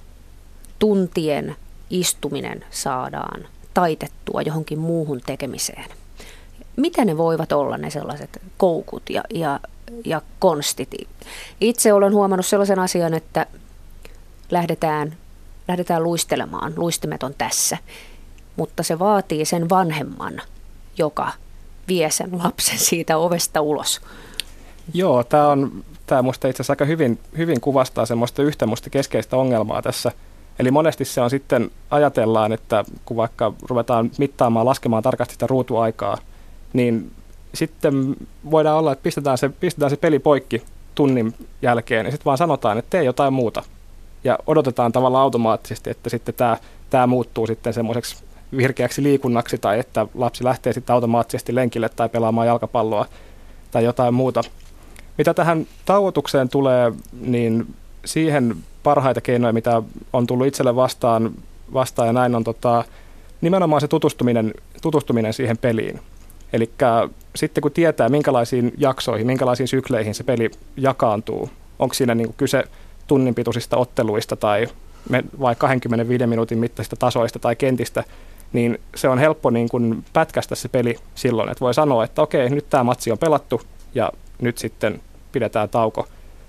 tuntien istuminen saadaan taitettua johonkin muuhun tekemiseen. Mitä ne voivat olla ne sellaiset koukut ja, ja, ja konstit? Itse olen huomannut sellaisen asian, että lähdetään, lähdetään luistelemaan, luistimet on tässä. Mutta se vaatii sen vanhemman, joka vie sen lapsen siitä ovesta ulos. Joo, tämä on tämä musta itse asiassa aika hyvin, hyvin kuvastaa semmoista yhtä musta keskeistä ongelmaa tässä. Eli monesti se on sitten, ajatellaan, että kun vaikka ruvetaan mittaamaan, laskemaan tarkasti sitä ruutuaikaa, niin sitten voidaan olla, että pistetään se, pistetään se peli poikki tunnin jälkeen ja sitten vaan sanotaan, että tee jotain muuta. Ja odotetaan tavallaan automaattisesti, että sitten tämä, tämä muuttuu sitten semmoiseksi virkeäksi liikunnaksi tai että lapsi lähtee sitten automaattisesti lenkille tai pelaamaan jalkapalloa tai jotain muuta. Mitä tähän tauotukseen tulee, niin siihen parhaita keinoja, mitä on tullut itselle vastaan, vastaan ja näin on tota, nimenomaan se tutustuminen, tutustuminen siihen peliin. Eli sitten kun tietää, minkälaisiin jaksoihin, minkälaisiin sykleihin se peli jakaantuu, onko siinä niin kuin kyse tunnin pituisista otteluista tai vai kaksikymmentäviisi minuutin mittaisista tasoista tai kentistä, niin se on helppo niin kuin pätkästä se peli silloin, että voi sanoa, että okei, nyt tämä matsi on pelattu ja nyt sitten pidetään tauko.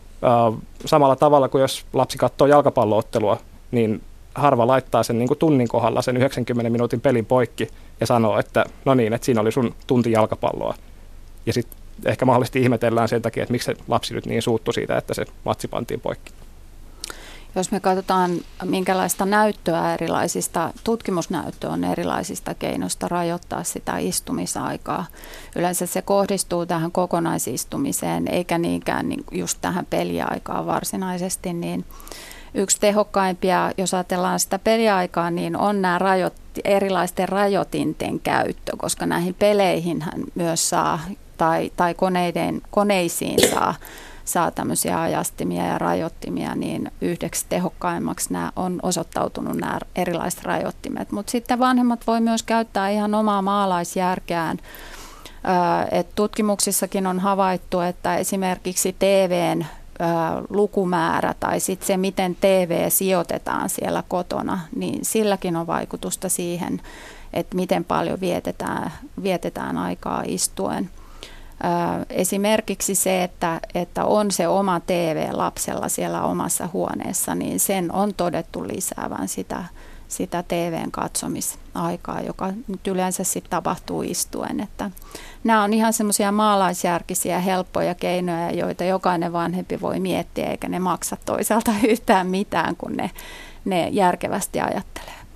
Samalla tavalla kuin jos lapsi katsoo jalkapalloottelua, niin harva laittaa sen niin kuin tunnin kohdalla sen yhdeksänkymmenen minuutin pelin poikki ja sanoo, että no niin, että siinä oli sun tunti jalkapalloa. Ja sitten ehkä mahdollisesti ihmetellään sen takia, että miksi se lapsi nyt niin suuttui siitä, että se matsi pantiin poikki. Jos me katsotaan, minkälaista näyttöä erilaisista, tutkimusnäyttöä on erilaisista keinoista rajoittaa sitä istumisaikaa. Yleensä se kohdistuu tähän kokonaisistumiseen, eikä niinkään just tähän peliaikaan varsinaisesti. Niin yksi tehokkaimpia, jos ajatellaan sitä peliaikaa, niin on nämä rajoit, erilaisten rajoitinten käyttö, koska näihin peleihin myös saa, tai, tai koneiden, koneisiin saa, saa tämmöisiä ajastimia ja rajoittimia, niin yhdeksi tehokkaimmaksi nämä on osoittautunut nämä erilaiset rajoittimet. Mutta sitten vanhemmat voi myös käyttää ihan omaa maalaisjärkeään. Et tutkimuksissakin on havaittu, että esimerkiksi T V:n lukumäärä tai sitten se, miten T V sijoitetaan siellä kotona, niin silläkin on vaikutusta siihen, että miten paljon vietetään, vietetään aikaa istuen. Esimerkiksi se, että, että on se oma T V lapsella siellä omassa huoneessa, niin sen on todettu lisäävän sitä, sitä T V:n katsomisaikaa, joka nyt yleensä sitten tapahtuu istuen. Että nämä on ihan semmoisia maalaisjärkisiä, helppoja keinoja, joita jokainen vanhempi voi miettiä, eikä ne maksa toisaalta yhtään mitään, kun ne, ne järkevästi ajattelee.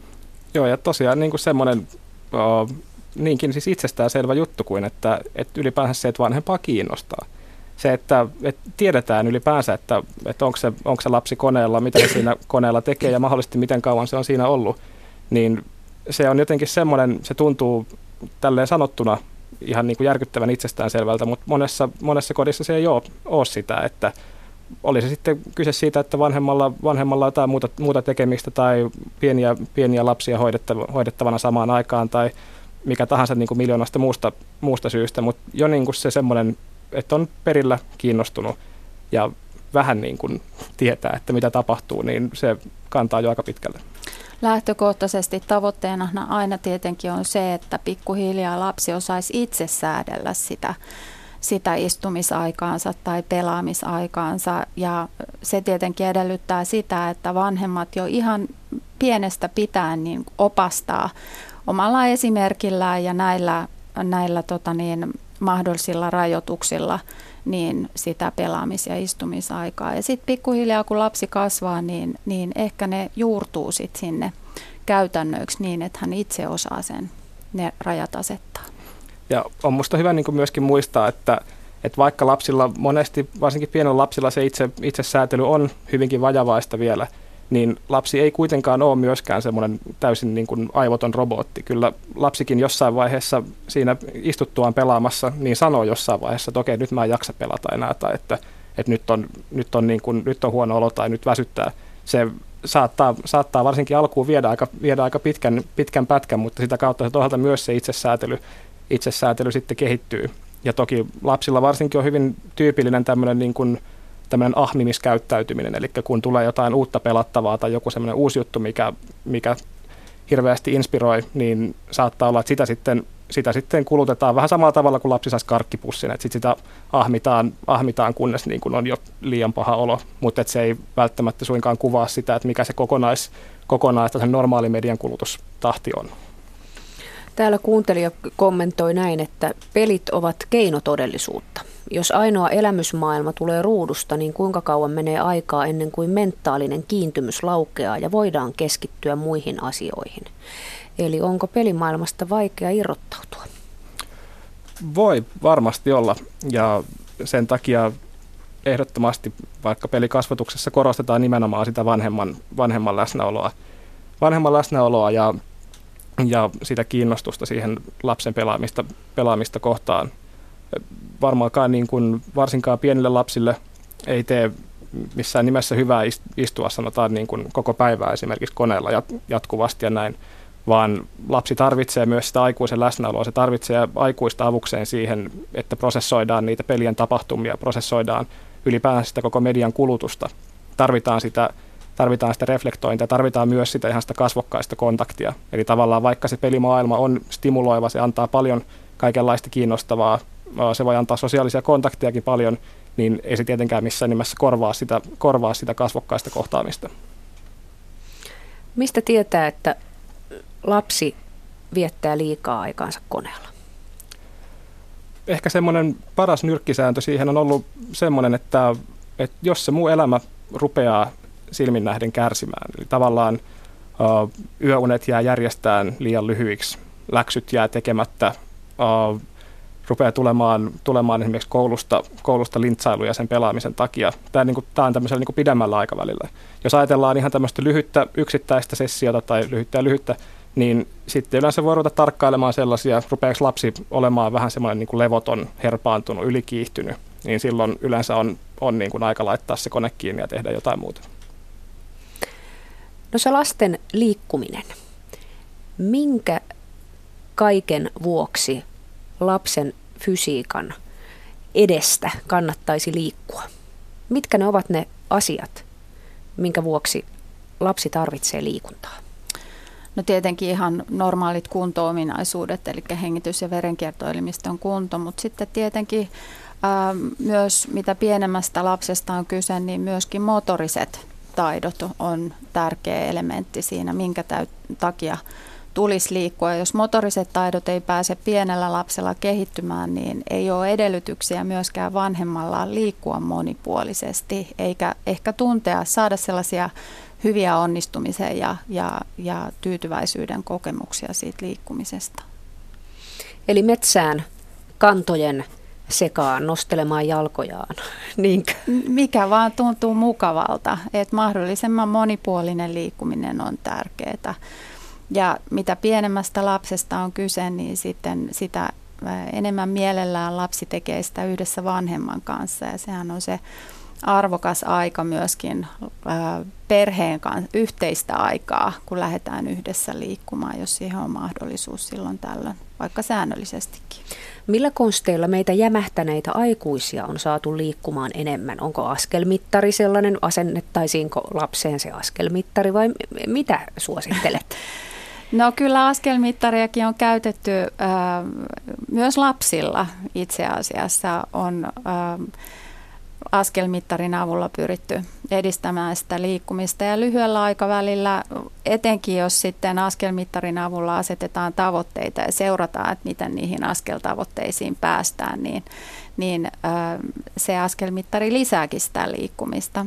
Joo, ja tosiaan niin kuin semmoinen o, niinkin siis itsestäänselvä juttu kuin, että, että ylipäänsä se, että vanhempaa kiinnostaa. Se, että, että tiedetään ylipäänsä, että, että onko, se, onko se lapsi koneella, mitä se siinä koneella tekee ja mahdollisesti miten kauan se on siinä ollut, niin se on jotenkin semmoinen, se tuntuu tälleen sanottuna ihan niin kuin järkyttävän itsestäänselvältä, mutta monessa, monessa kodissa se ei ole, ole sitä, että oli se sitten kyse siitä, että vanhemmalla, vanhemmalla on jotain muuta, muuta tekemistä tai pieniä, pieniä lapsia hoidettava, hoidettavana samaan aikaan tai mikä tahansa niin kuin miljoonasta muusta, muusta syystä, mutta jo niin kuin se semmoinen, että on perillä kiinnostunut ja vähän niin kuin tietää, että mitä tapahtuu, niin se kantaa jo aika pitkälle. Lähtökohtaisesti tavoitteena aina tietenkin on se, että pikkuhiljaa lapsi osaisi itse säädellä sitä, sitä istumisaikaansa tai pelaamisaikaansa. Ja se tietenkin edellyttää sitä, että vanhemmat jo ihan pienestä pitäen niin opastaa omalla esimerkillään ja näillä, näillä tota niin, mahdollisilla rajoituksilla niin sitä pelaamis- ja istumisaikaa. Ja sitten pikkuhiljaa, kun lapsi kasvaa, niin, niin ehkä ne juurtuu sit sinne käytännöiksi niin, että hän itse osaa sen ne rajat asettaa. Ja on musta hyvä niin kuin myöskin muistaa, että, että vaikka lapsilla monesti, varsinkin pienellä lapsilla se itse, itsesäätely on hyvinkin vajavaista vielä, niin lapsi ei kuitenkaan ole myöskään semmoinen täysin niin kuin aivoton robotti. Kyllä lapsikin jossain vaiheessa siinä istuttuaan pelaamassa, niin sanoo jossain vaiheessa, että okei, nyt mä en jaksa pelata enää, tai että, että nyt, on, nyt, on niin kuin, nyt on huono olo tai nyt väsyttää. Se saattaa, saattaa varsinkin alkuun viedä aika, viedä aika pitkän, pitkän pätkän, mutta sitä kautta se toisaalta myös se itsesäätely, itsesäätely sitten kehittyy. Ja toki lapsilla varsinkin on hyvin tyypillinen tämmöinen niin kuin tämmöinen ahmimiskäyttäytyminen, eli kun tulee jotain uutta pelattavaa tai joku semmoinen uusi juttu, mikä, mikä hirveästi inspiroi, niin saattaa olla, että sitä sitten, sitä sitten kulutetaan vähän samalla tavalla kuin lapsi saisi karkkipussin, että sitten sitä ahmitaan, ahmitaan kunnes niin kuin on jo liian paha olo, mutta se ei välttämättä suinkaan kuvaa sitä, että mikä se kokonais, kokonais normaali median kulutustahti on. Täällä kuuntelija kommentoi näin, että pelit ovat keinotodellisuutta. Jos ainoa elämysmaailma tulee ruudusta, niin kuinka kauan menee aikaa ennen kuin mentaalinen kiintymys laukeaa ja voidaan keskittyä muihin asioihin? Eli onko pelimaailmasta vaikea irrottautua? Voi varmasti olla, ja sen takia ehdottomasti vaikka pelikasvatuksessa korostetaan nimenomaan sitä vanhemman, vanhemman läsnäoloa, vanhemman läsnäoloa ja, ja sitä kiinnostusta siihen lapsen pelaamista, pelaamista kohtaan. Varmaankaan niin kuin varsinkaan pienille lapsille ei tee missään nimessä hyvää istua sanotaan niin kuin koko päivää esimerkiksi koneella jatkuvasti ja näin, vaan lapsi tarvitsee myös sitä aikuisen läsnäoloa. Se tarvitsee aikuista avukseen siihen, että prosessoidaan niitä pelien tapahtumia, prosessoidaan ylipäänsä sitä koko median kulutusta. Tarvitaan sitä, tarvitaan sitä reflektointia, tarvitaan myös sitä ihan sitä kasvokkaista kontaktia. Eli tavallaan vaikka se pelimaailma on stimuloiva, se antaa paljon kaikenlaista kiinnostavaa, se voi antaa sosiaalisia kontaktejakin paljon, niin ei se tietenkään missään nimessä korvaa sitä, korvaa sitä kasvokkaista kohtaamista. Mistä tietää, että lapsi viettää liikaa aikaansa koneella? Ehkä semmoinen paras nyrkkisääntö siihen on ollut semmoinen, että, että jos se muu elämä rupeaa silmin nähden kärsimään, eli tavallaan uh, yöunet jää järjestään liian lyhyiksi, läksyt jää tekemättä, uh, rupeaa tulemaan, tulemaan esimerkiksi koulusta, koulusta lintsailuja sen pelaamisen takia. Tämä, niin kuin, tämä on tämmöisellä niin kuin pidemmällä aikavälillä. Jos ajatellaan ihan tämmöistä lyhyttä yksittäistä sessiota tai lyhyttä ja lyhyttä, niin sitten yleensä voi ruveta tarkkailemaan sellaisia, rupeaako lapsi olemaan vähän semmoinen niin kuin levoton, herpaantunut, ylikiihtynyt, niin silloin yleensä on, on niin kuin aika laittaa se kone kiinni ja tehdä jotain muuta. No se lasten liikkuminen. Minkä kaiken vuoksi lapsen fysiikan edestä kannattaisi liikkua? Mitkä ne ovat ne asiat, minkä vuoksi lapsi tarvitsee liikuntaa? No tietenkin ihan normaalit kunto-ominaisuudet, eli hengitys- ja verenkiertoelimistön kunto, mutta sitten tietenkin ää, myös mitä pienemmästä lapsesta on kyse, niin myöskin motoriset taidot on tärkeä elementti siinä, minkä täyt- takia tulisi liikkua. Jos motoriset taidot ei pääse pienellä lapsella kehittymään, niin ei ole edellytyksiä myöskään vanhemmalla liikkua monipuolisesti, eikä ehkä tuntea, saada sellaisia hyviä onnistumisen ja, ja, ja tyytyväisyyden kokemuksia siitä liikkumisesta. Eli metsään kantojen sekaan nostelemaan jalkojaan. Niinkö? Mikä vaan tuntuu mukavalta, että mahdollisimman monipuolinen liikkuminen on tärkeää. Ja mitä pienemmästä lapsesta on kyse, niin sitten sitä enemmän mielellään lapsi tekee sitä yhdessä vanhemman kanssa. Ja sehän on se arvokas aika myöskin perheen kanssa, yhteistä aikaa, kun lähdetään yhdessä liikkumaan, jos siihen on mahdollisuus silloin tällöin, vaikka säännöllisestikin. Millä konsteilla meitä jämähtäneitä aikuisia on saatu liikkumaan enemmän? Onko askelmittari sellainen, asennettaisiinko lapseen se askelmittari vai mitä suosittelet? No kyllä askelmittariakin on käytetty äh, myös lapsilla itse asiassa on äh, askelmittarin avulla pyritty edistämään sitä liikkumista ja lyhyellä aikavälillä, etenkin jos sitten askelmittarin avulla asetetaan tavoitteita ja seurataan, että miten niihin askeltavoitteisiin päästään, niin, niin äh, se askelmittari lisääkin sitä liikkumista.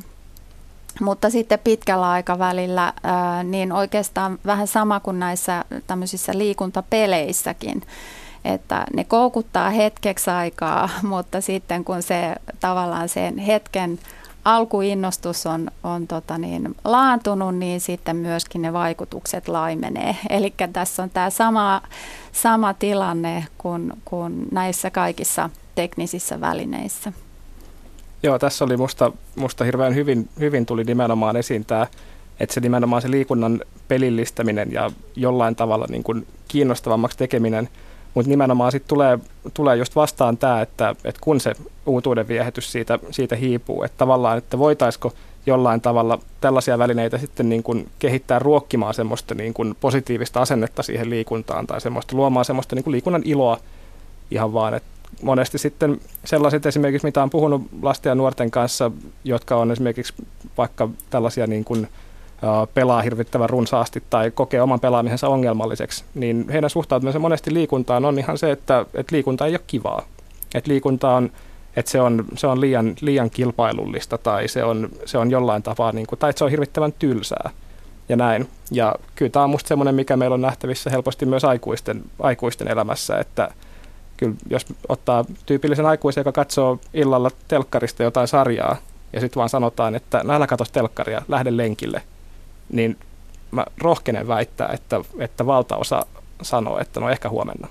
Mutta sitten pitkällä aikavälillä ää, niin oikeastaan vähän sama kuin näissä tämmöisissä liikuntapeleissäkin, että ne koukuttaa hetkeksi aikaa, mutta sitten kun se tavallaan sen hetken alkuinnostus on, on tota niin, laantunut, niin sitten myöskin ne vaikutukset laimenee. Eli tässä on tämä sama, sama tilanne kuin, kuin näissä kaikissa teknisissä välineissä. Joo, tässä oli musta, musta hirveän hyvin, hyvin tuli nimenomaan esiin tämä, että se nimenomaan se liikunnan pelillistäminen ja jollain tavalla niin kuin kiinnostavammaksi tekeminen, mutta nimenomaan sitten tulee, tulee just vastaan tämä, että, että kun se uutuuden viehätys siitä, siitä hiipuu, että tavallaan, että voitaisiko jollain tavalla tällaisia välineitä sitten niin kuin kehittää ruokkimaan semmoista niin kuin positiivista asennetta siihen liikuntaan tai semmoista luomaan semmoista niin kuin liikunnan iloa ihan vaan, että monesti sitten sellaiset esimerkiksi, mitä on puhunut lasten ja nuorten kanssa, jotka on esimerkiksi vaikka tällaisia niin kuin, uh, pelaa hirvittävän runsaasti tai kokee oman pelaamisensa ongelmalliseksi, niin heidän suhtautumisensa monesti liikuntaan on ihan se, että, että liikunta ei ole kivaa. Että liikunta on, että se on, se on liian, liian kilpailullista tai se on, se on jollain tapaa, niin kuin, tai että se on hirvittävän tylsää ja näin. Ja kyllä tämä on musta semmoinen, mikä meillä on nähtävissä helposti myös aikuisten, aikuisten elämässä, että kyllä jos ottaa tyypillisen aikuisen, joka katsoo illalla telkkarista jotain sarjaa ja sitten vaan sanotaan, että no älä katso telkkaria, lähde lenkille, niin mä rohkenen väittää, että, että valtaosa sanoo, että no ehkä huomenna.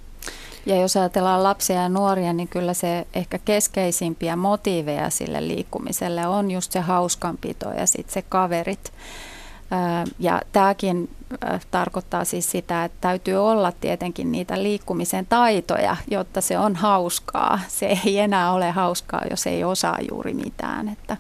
Ja jos ajatellaan lapsia ja nuoria, niin kyllä se ehkä keskeisimpiä motiiveja sille liikkumiselle on just se hauskanpito ja sitten se kaverit. Ja tämäkin tarkoittaa siis sitä, että täytyy olla tietenkin niitä liikkumisen taitoja, jotta se on hauskaa. Se ei enää ole hauskaa, jos ei osaa juuri mitään. Että.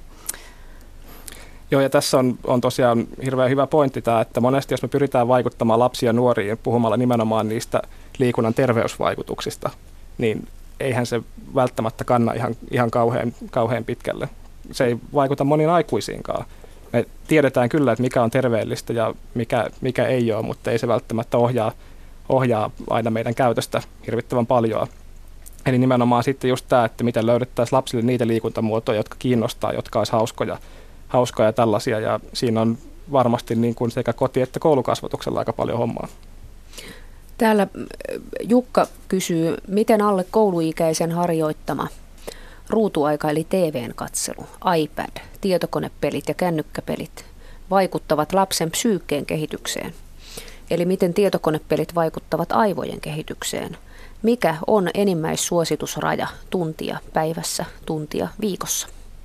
Joo, ja tässä on, on tosiaan hirveän hyvä pointti tämä, että monesti jos me pyritään vaikuttamaan lapsia ja nuoriin puhumalla nimenomaan niistä liikunnan terveysvaikutuksista, niin eihän se välttämättä kanna ihan, ihan kauhean, kauhean pitkälle. Se ei vaikuta moniin aikuisiinkaan. Me tiedetään kyllä, että mikä on terveellistä ja mikä, mikä ei ole, mutta ei se välttämättä ohjaa, ohjaa aina meidän käytöstä hirvittävän paljon. Eli nimenomaan sitten just tämä, että miten löydettäisiin lapsille niitä liikuntamuotoja, jotka kiinnostaa, jotka olisi hauskoja, hauskoja ja tällaisia. Ja siinä on varmasti niin kuin sekä koti- että koulukasvatuksella aika paljon hommaa. Täällä Jukka kysyy, miten alle kouluikäisen harjoittama ruutuaika eli T V:n katselu, iPad, tietokonepelit ja kännykkäpelit vaikuttavat lapsen psyykkeen kehitykseen. Eli miten tietokonepelit vaikuttavat aivojen kehitykseen. Mikä on enimmäissuositusraja tuntia päivässä, tuntia viikossa?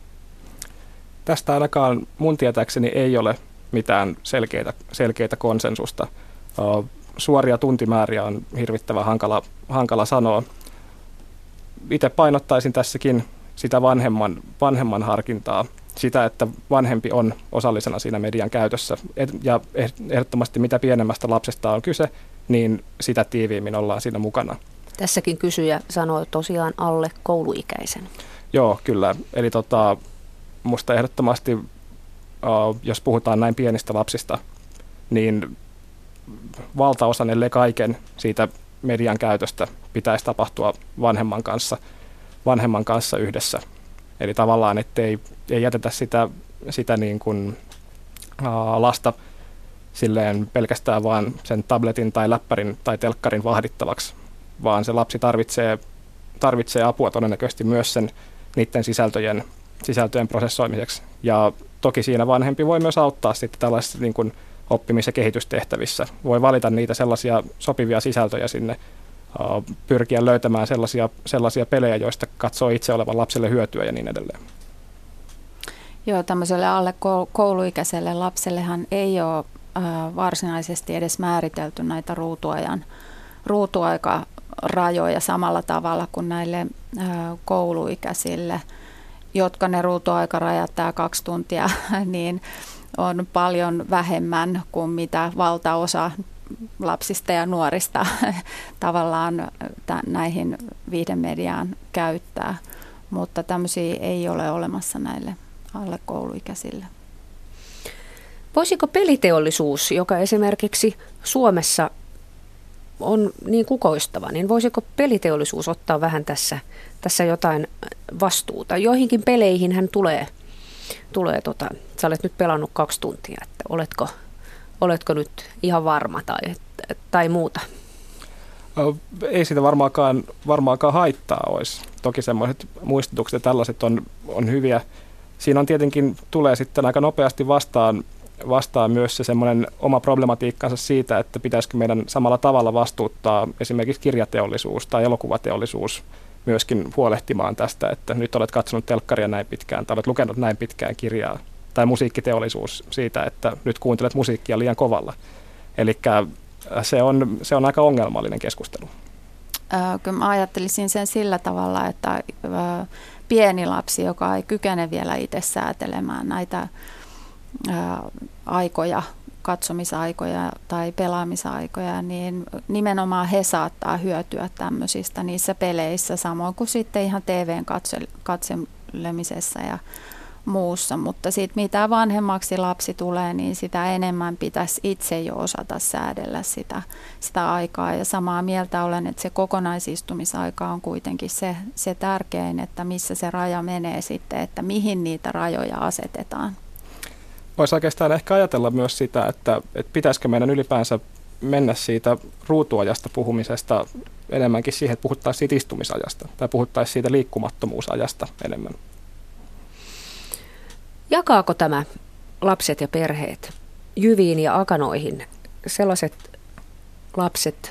Tästä ainakaan mun tietääkseni ei ole mitään selkeitä, selkeitä konsensusta. Suoria tuntimääriä on hirvittävän hankala, hankala sanoa. Itse painottaisin tässäkin sitä vanhemman, vanhemman harkintaa, sitä, että vanhempi on osallisena siinä median käytössä. Ja ehdottomasti mitä pienemmästä lapsesta on kyse, niin sitä tiiviimmin ollaan siinä mukana. Tässäkin kysyjä sanoi tosiaan alle kouluikäisen. Joo, kyllä. Eli tota, musta ehdottomasti, uh, jos puhutaan näin pienistä lapsista, niin valtaosan, ellei kaiken siitä median käytöstä pitäisi tapahtua vanhemman kanssa, vanhemman kanssa yhdessä. Eli tavallaan, ettei ei jätetä sitä, sitä niin kuin, lasta silleen pelkästään vaan sen tabletin tai läppärin tai telkkarin vahdittavaksi, vaan se lapsi tarvitsee, tarvitsee apua todennäköisesti myös sen niiden sisältöjen, sisältöjen prosessoimiseksi. Ja toki siinä vanhempi voi myös auttaa sitten tällaisissa niin kuin oppimis- ja kehitystehtävissä. Voi valita niitä sellaisia sopivia sisältöjä sinne, pyrkiä löytämään sellaisia, sellaisia pelejä, joista katsoo itse olevan lapselle hyötyä ja niin edelleen. Joo, tämmöiselle alle kouluikäiselle lapsellehan ei ole äh, varsinaisesti edes määritelty näitä ruutuajan, ruutuaikarajoja samalla tavalla kuin näille äh, kouluikäisille, jotka ne ruutuaikarajat, tämä kaksi tuntia, niin on paljon vähemmän kuin mitä valtaosa lapsista ja nuorista tavallaan t- näihin viihdemediaan käyttää, mutta tämmöisiä ei ole olemassa näille alle kouluikäisille. Voisiko peliteollisuus, joka esimerkiksi Suomessa on niin kukoistava, niin voisiko peliteollisuus ottaa vähän tässä, tässä jotain vastuuta? Joihinkin peleihin hän tulee, tulee tota, sä olet nyt pelannut kaksi tuntia, että oletko, oletko nyt ihan varma tai, tai muuta? Ei siitä varmaankaan, varmaankaan haittaa olisi. Toki semmoiset muistutukset ja tällaiset on, on hyviä. Siinä on tietenkin, tulee sitten aika nopeasti vastaan, vastaan myös se semmoinen oma problematiikkansa siitä, että pitäisikö meidän samalla tavalla vastuuttaa esimerkiksi kirjateollisuus tai elokuvateollisuus myöskin huolehtimaan tästä, että nyt olet katsonut telkkaria näin pitkään tai olet lukenut näin pitkään kirjaa. Tai musiikkiteollisuus siitä, että nyt kuuntelet musiikkia liian kovalla. Eli se on, se on aika ongelmallinen keskustelu. Äh, kyllä mä ajattelisin sen sillä tavalla, että äh, pieni lapsi, joka ei kykene vielä itse säätelemään näitä ää, aikoja, katsomisaikoja tai pelaamisaikoja, niin nimenomaan he saattaa hyötyä tämmöisistä niissä peleissä, samoin kuin sitten ihan T V:n katse- katselemisessa ja muussa. Mutta sitten mitä vanhemmaksi lapsi tulee, niin sitä enemmän pitäisi itse jo osata säädellä sitä, sitä aikaa. Ja samaa mieltä olen, että se kokonaisistumisaika on kuitenkin se, se tärkein, että missä se raja menee sitten, että mihin niitä rajoja asetetaan. Voisi oikeastaan ehkä ajatella myös sitä, että, että pitäisikö meidän ylipäänsä mennä siitä ruutuajasta puhumisesta enemmänkin siihen, että puhuttaisiin siitä istumisajasta tai puhuttaisiin siitä liikkumattomuusajasta enemmän. Jakaako tämä lapset ja perheet jyviin ja akanoihin sellaiset lapset,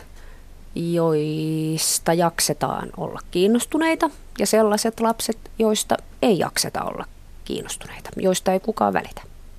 joista jaksetaan olla kiinnostuneita, ja sellaiset lapset, joista ei jakseta olla kiinnostuneita, joista ei kukaan välitä?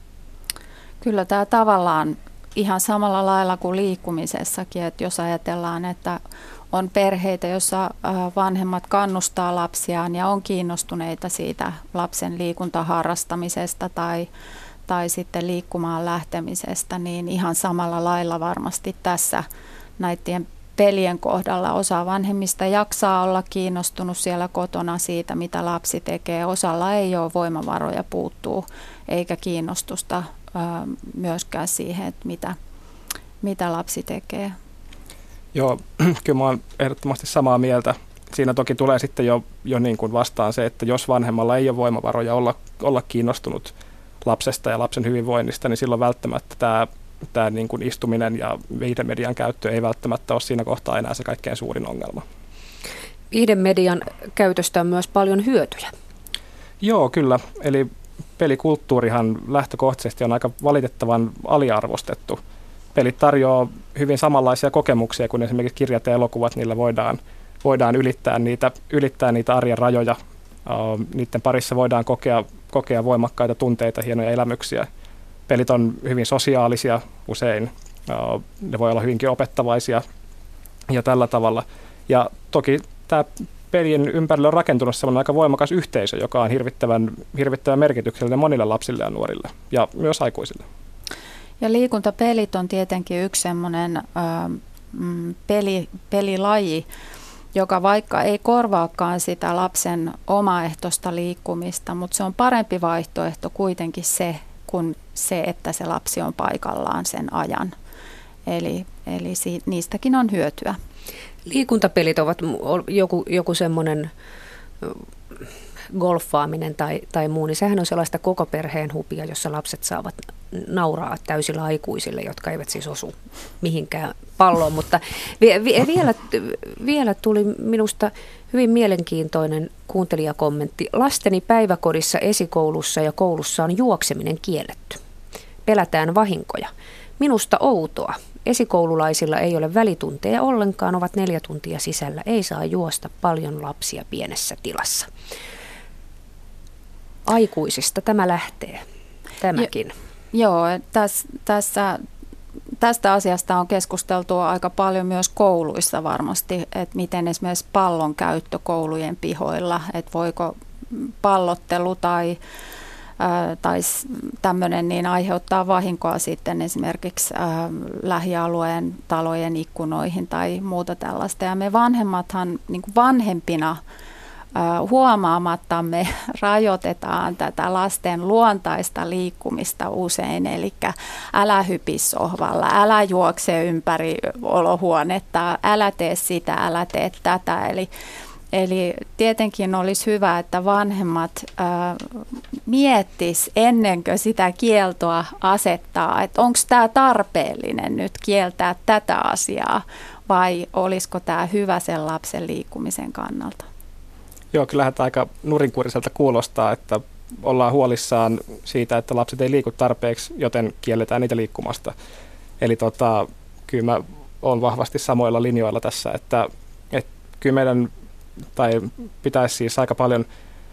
Kyllä tämä tavallaan ihan samalla lailla kuin liikkumisessakin, että jos ajatellaan, että on perheitä, joissa vanhemmat kannustaa lapsiaan ja on kiinnostuneita siitä lapsen liikuntaharrastamisesta tai, tai sitten liikkumaan lähtemisestä, niin ihan samalla lailla varmasti tässä näiden pelien kohdalla osa vanhemmista jaksaa olla kiinnostunut siellä kotona siitä, mitä lapsi tekee. Osalla ei ole voimavaroja, puuttuu eikä kiinnostusta myöskään siihen, että mitä, mitä lapsi tekee. Joo, kyllä mä oon ehdottomasti samaa mieltä. Siinä toki tulee sitten jo, jo niin kuin vastaan se, että jos vanhemmalla ei ole voimavaroja olla, olla kiinnostunut lapsesta ja lapsen hyvinvoinnista, niin silloin välttämättä tämä, tämä niin kuin istuminen ja viihdemedian käyttö ei välttämättä ole siinä kohtaa enää se kaikkein suurin ongelma. Viihdemedian käytöstä on myös paljon hyötyjä. Joo, kyllä. Eli pelikulttuurihan lähtökohtaisesti on aika valitettavan aliarvostettu. Pelit tarjoaa hyvin samanlaisia kokemuksia kuin esimerkiksi kirjat ja elokuvat. Niillä voidaan, voidaan ylittää, niitä, ylittää niitä arjen rajoja. Uh, niiden parissa voidaan kokea, kokea voimakkaita tunteita, hienoja elämyksiä. Pelit on hyvin sosiaalisia usein. Uh, ne voi olla hyvinkin opettavaisia ja tällä tavalla. Ja toki tämä pelien ympärille on rakentunut sellainen aika voimakas yhteisö, joka on hirvittävän, hirvittävän merkityksellinen monille lapsille ja nuorille ja myös aikuisille. Ja liikuntapelit on tietenkin yksi semmoinen mm, peli, pelilaji, joka vaikka ei korvaakaan sitä lapsen omaehtoista liikkumista, mutta se on parempi vaihtoehto kuitenkin se, kuin se, että se lapsi on paikallaan sen ajan. Eli, eli si, niistäkin on hyötyä. Liikuntapelit ovat joku, joku semmoinen golfaaminen tai, tai muu, niin sehän on sellaista koko perheen hupia, jossa lapset saavat nauraa täysillä aikuisille, jotka eivät siis osu mihinkään palloon. Mutta vie, vie, vielä, vielä tuli minusta hyvin mielenkiintoinen kuuntelijakommentti. Lasteni päiväkodissa, esikoulussa ja koulussa on juokseminen kielletty. Pelätään vahinkoja. Minusta outoa. Esikoululaisilla ei ole välitunteja ollenkaan, ovat neljä tuntia sisällä. Ei saa juosta paljon lapsia pienessä tilassa. Aikuisista tämä lähtee, tämäkin. Joo, tässä, tässä, tästä asiasta on keskusteltu aika paljon myös kouluissa varmasti, että miten esimerkiksi pallon käyttö koulujen pihoilla, että voiko pallottelu tai tai tämmöinen niin aiheuttaa vahinkoa sitten esimerkiksi äh, lähialueen talojen ikkunoihin tai muuta tällaista. Ja me vanhemmathan niin kuin vanhempina äh, huomaamattamme rajoitetaan tätä lasten luontaista liikkumista usein. Eli älä hypi sohvalla, älä juokse ympäri olohuonetta, älä tee sitä, älä tee tätä. Eli Eli tietenkin olisi hyvä, että vanhemmat äh, miettis ennen kuin sitä kieltoa asettaa, että onko tämä tarpeellinen nyt kieltää tätä asiaa vai olisiko tämä hyvä sen lapsen liikkumisen kannalta. Joo, kyllähän tämä aika nurinkuriselta kuulostaa, että ollaan huolissaan siitä, että lapset ei liiku tarpeeksi, joten kielletään niitä liikkumasta. Eli tota, kyllä mä olen vahvasti samoilla linjoilla tässä, että, että kyllä meidän tai pitäisi siis aika paljon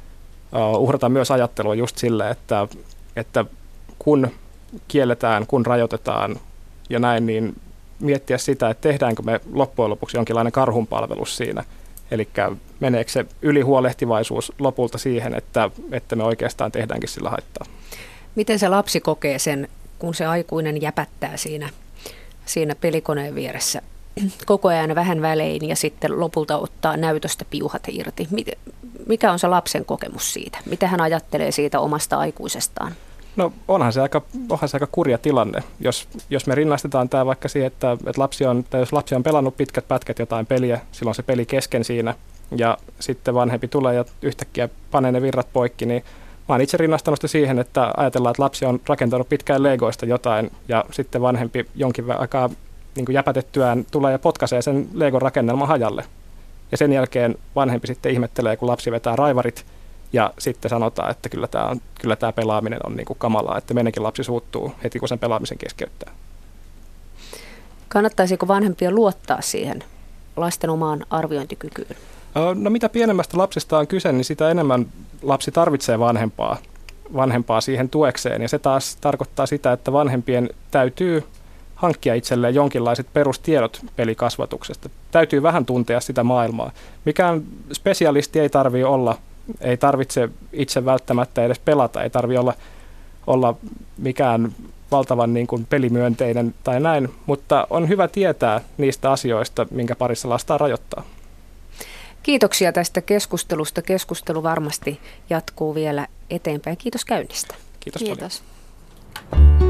uh, uhrata myös ajattelua just sille, että, että kun kielletään, kun rajoitetaan ja näin, niin miettiä sitä, että tehdäänkö me loppujen lopuksi jonkinlainen karhunpalvelus siinä. Eli meneekö se ylihuolehtivaisuus lopulta siihen, että, että me oikeastaan tehdäänkin sillä haittaa. Miten se lapsi kokee sen, kun se aikuinen jäpättää siinä, siinä pelikoneen vieressä koko ajan vähän välein ja sitten lopulta ottaa näytöstä piuhat irti? Mikä on se lapsen kokemus siitä? Mitä hän ajattelee siitä omasta aikuisestaan? No onhan se aika, onhan se aika kurja tilanne. Jos, jos me rinnastetaan tämä vaikka siihen, että, että lapsi on, tai jos lapsi on pelannut pitkät pätkät jotain peliä, silloin se peli kesken siinä ja sitten vanhempi tulee ja yhtäkkiä panee ne virrat poikki, niin mä oon itse rinnastanut sitä siihen, että ajatellaan, että lapsi on rakentanut pitkään legoista jotain ja sitten vanhempi jonkin aikaa niin kuin jäpätettyään tulee ja potkaisee sen Legon rakennelman hajalle. Ja sen jälkeen vanhempi sitten ihmettelee, kun lapsi vetää raivarit ja sitten sanotaan, että kyllä tämä, on, kyllä tämä pelaaminen on niin kuin kamalaa, että meidänkin lapsi suuttuu heti, kun sen pelaamisen keskeyttää. Kannattaisiko vanhempien luottaa siihen lasten omaan arviointikykyyn? No mitä pienemmästä lapsesta on kyse, niin sitä enemmän lapsi tarvitsee vanhempaa, vanhempaa siihen tuekseen. Ja se taas tarkoittaa sitä, että vanhempien täytyy hankkia itselleen jonkinlaiset perustiedot pelikasvatuksesta. Täytyy vähän tuntea sitä maailmaa. Mikään spesialisti ei tarvitse olla, ei tarvitse itse välttämättä edes pelata, ei tarvitse olla, olla mikään valtavan niin kuin pelimyönteinen tai näin, mutta on hyvä tietää niistä asioista, minkä parissa lasta rajoittaa. Kiitoksia tästä keskustelusta. Keskustelu varmasti jatkuu vielä eteenpäin. Kiitos käynnistä. Kiitos. Kiitos. Paljon.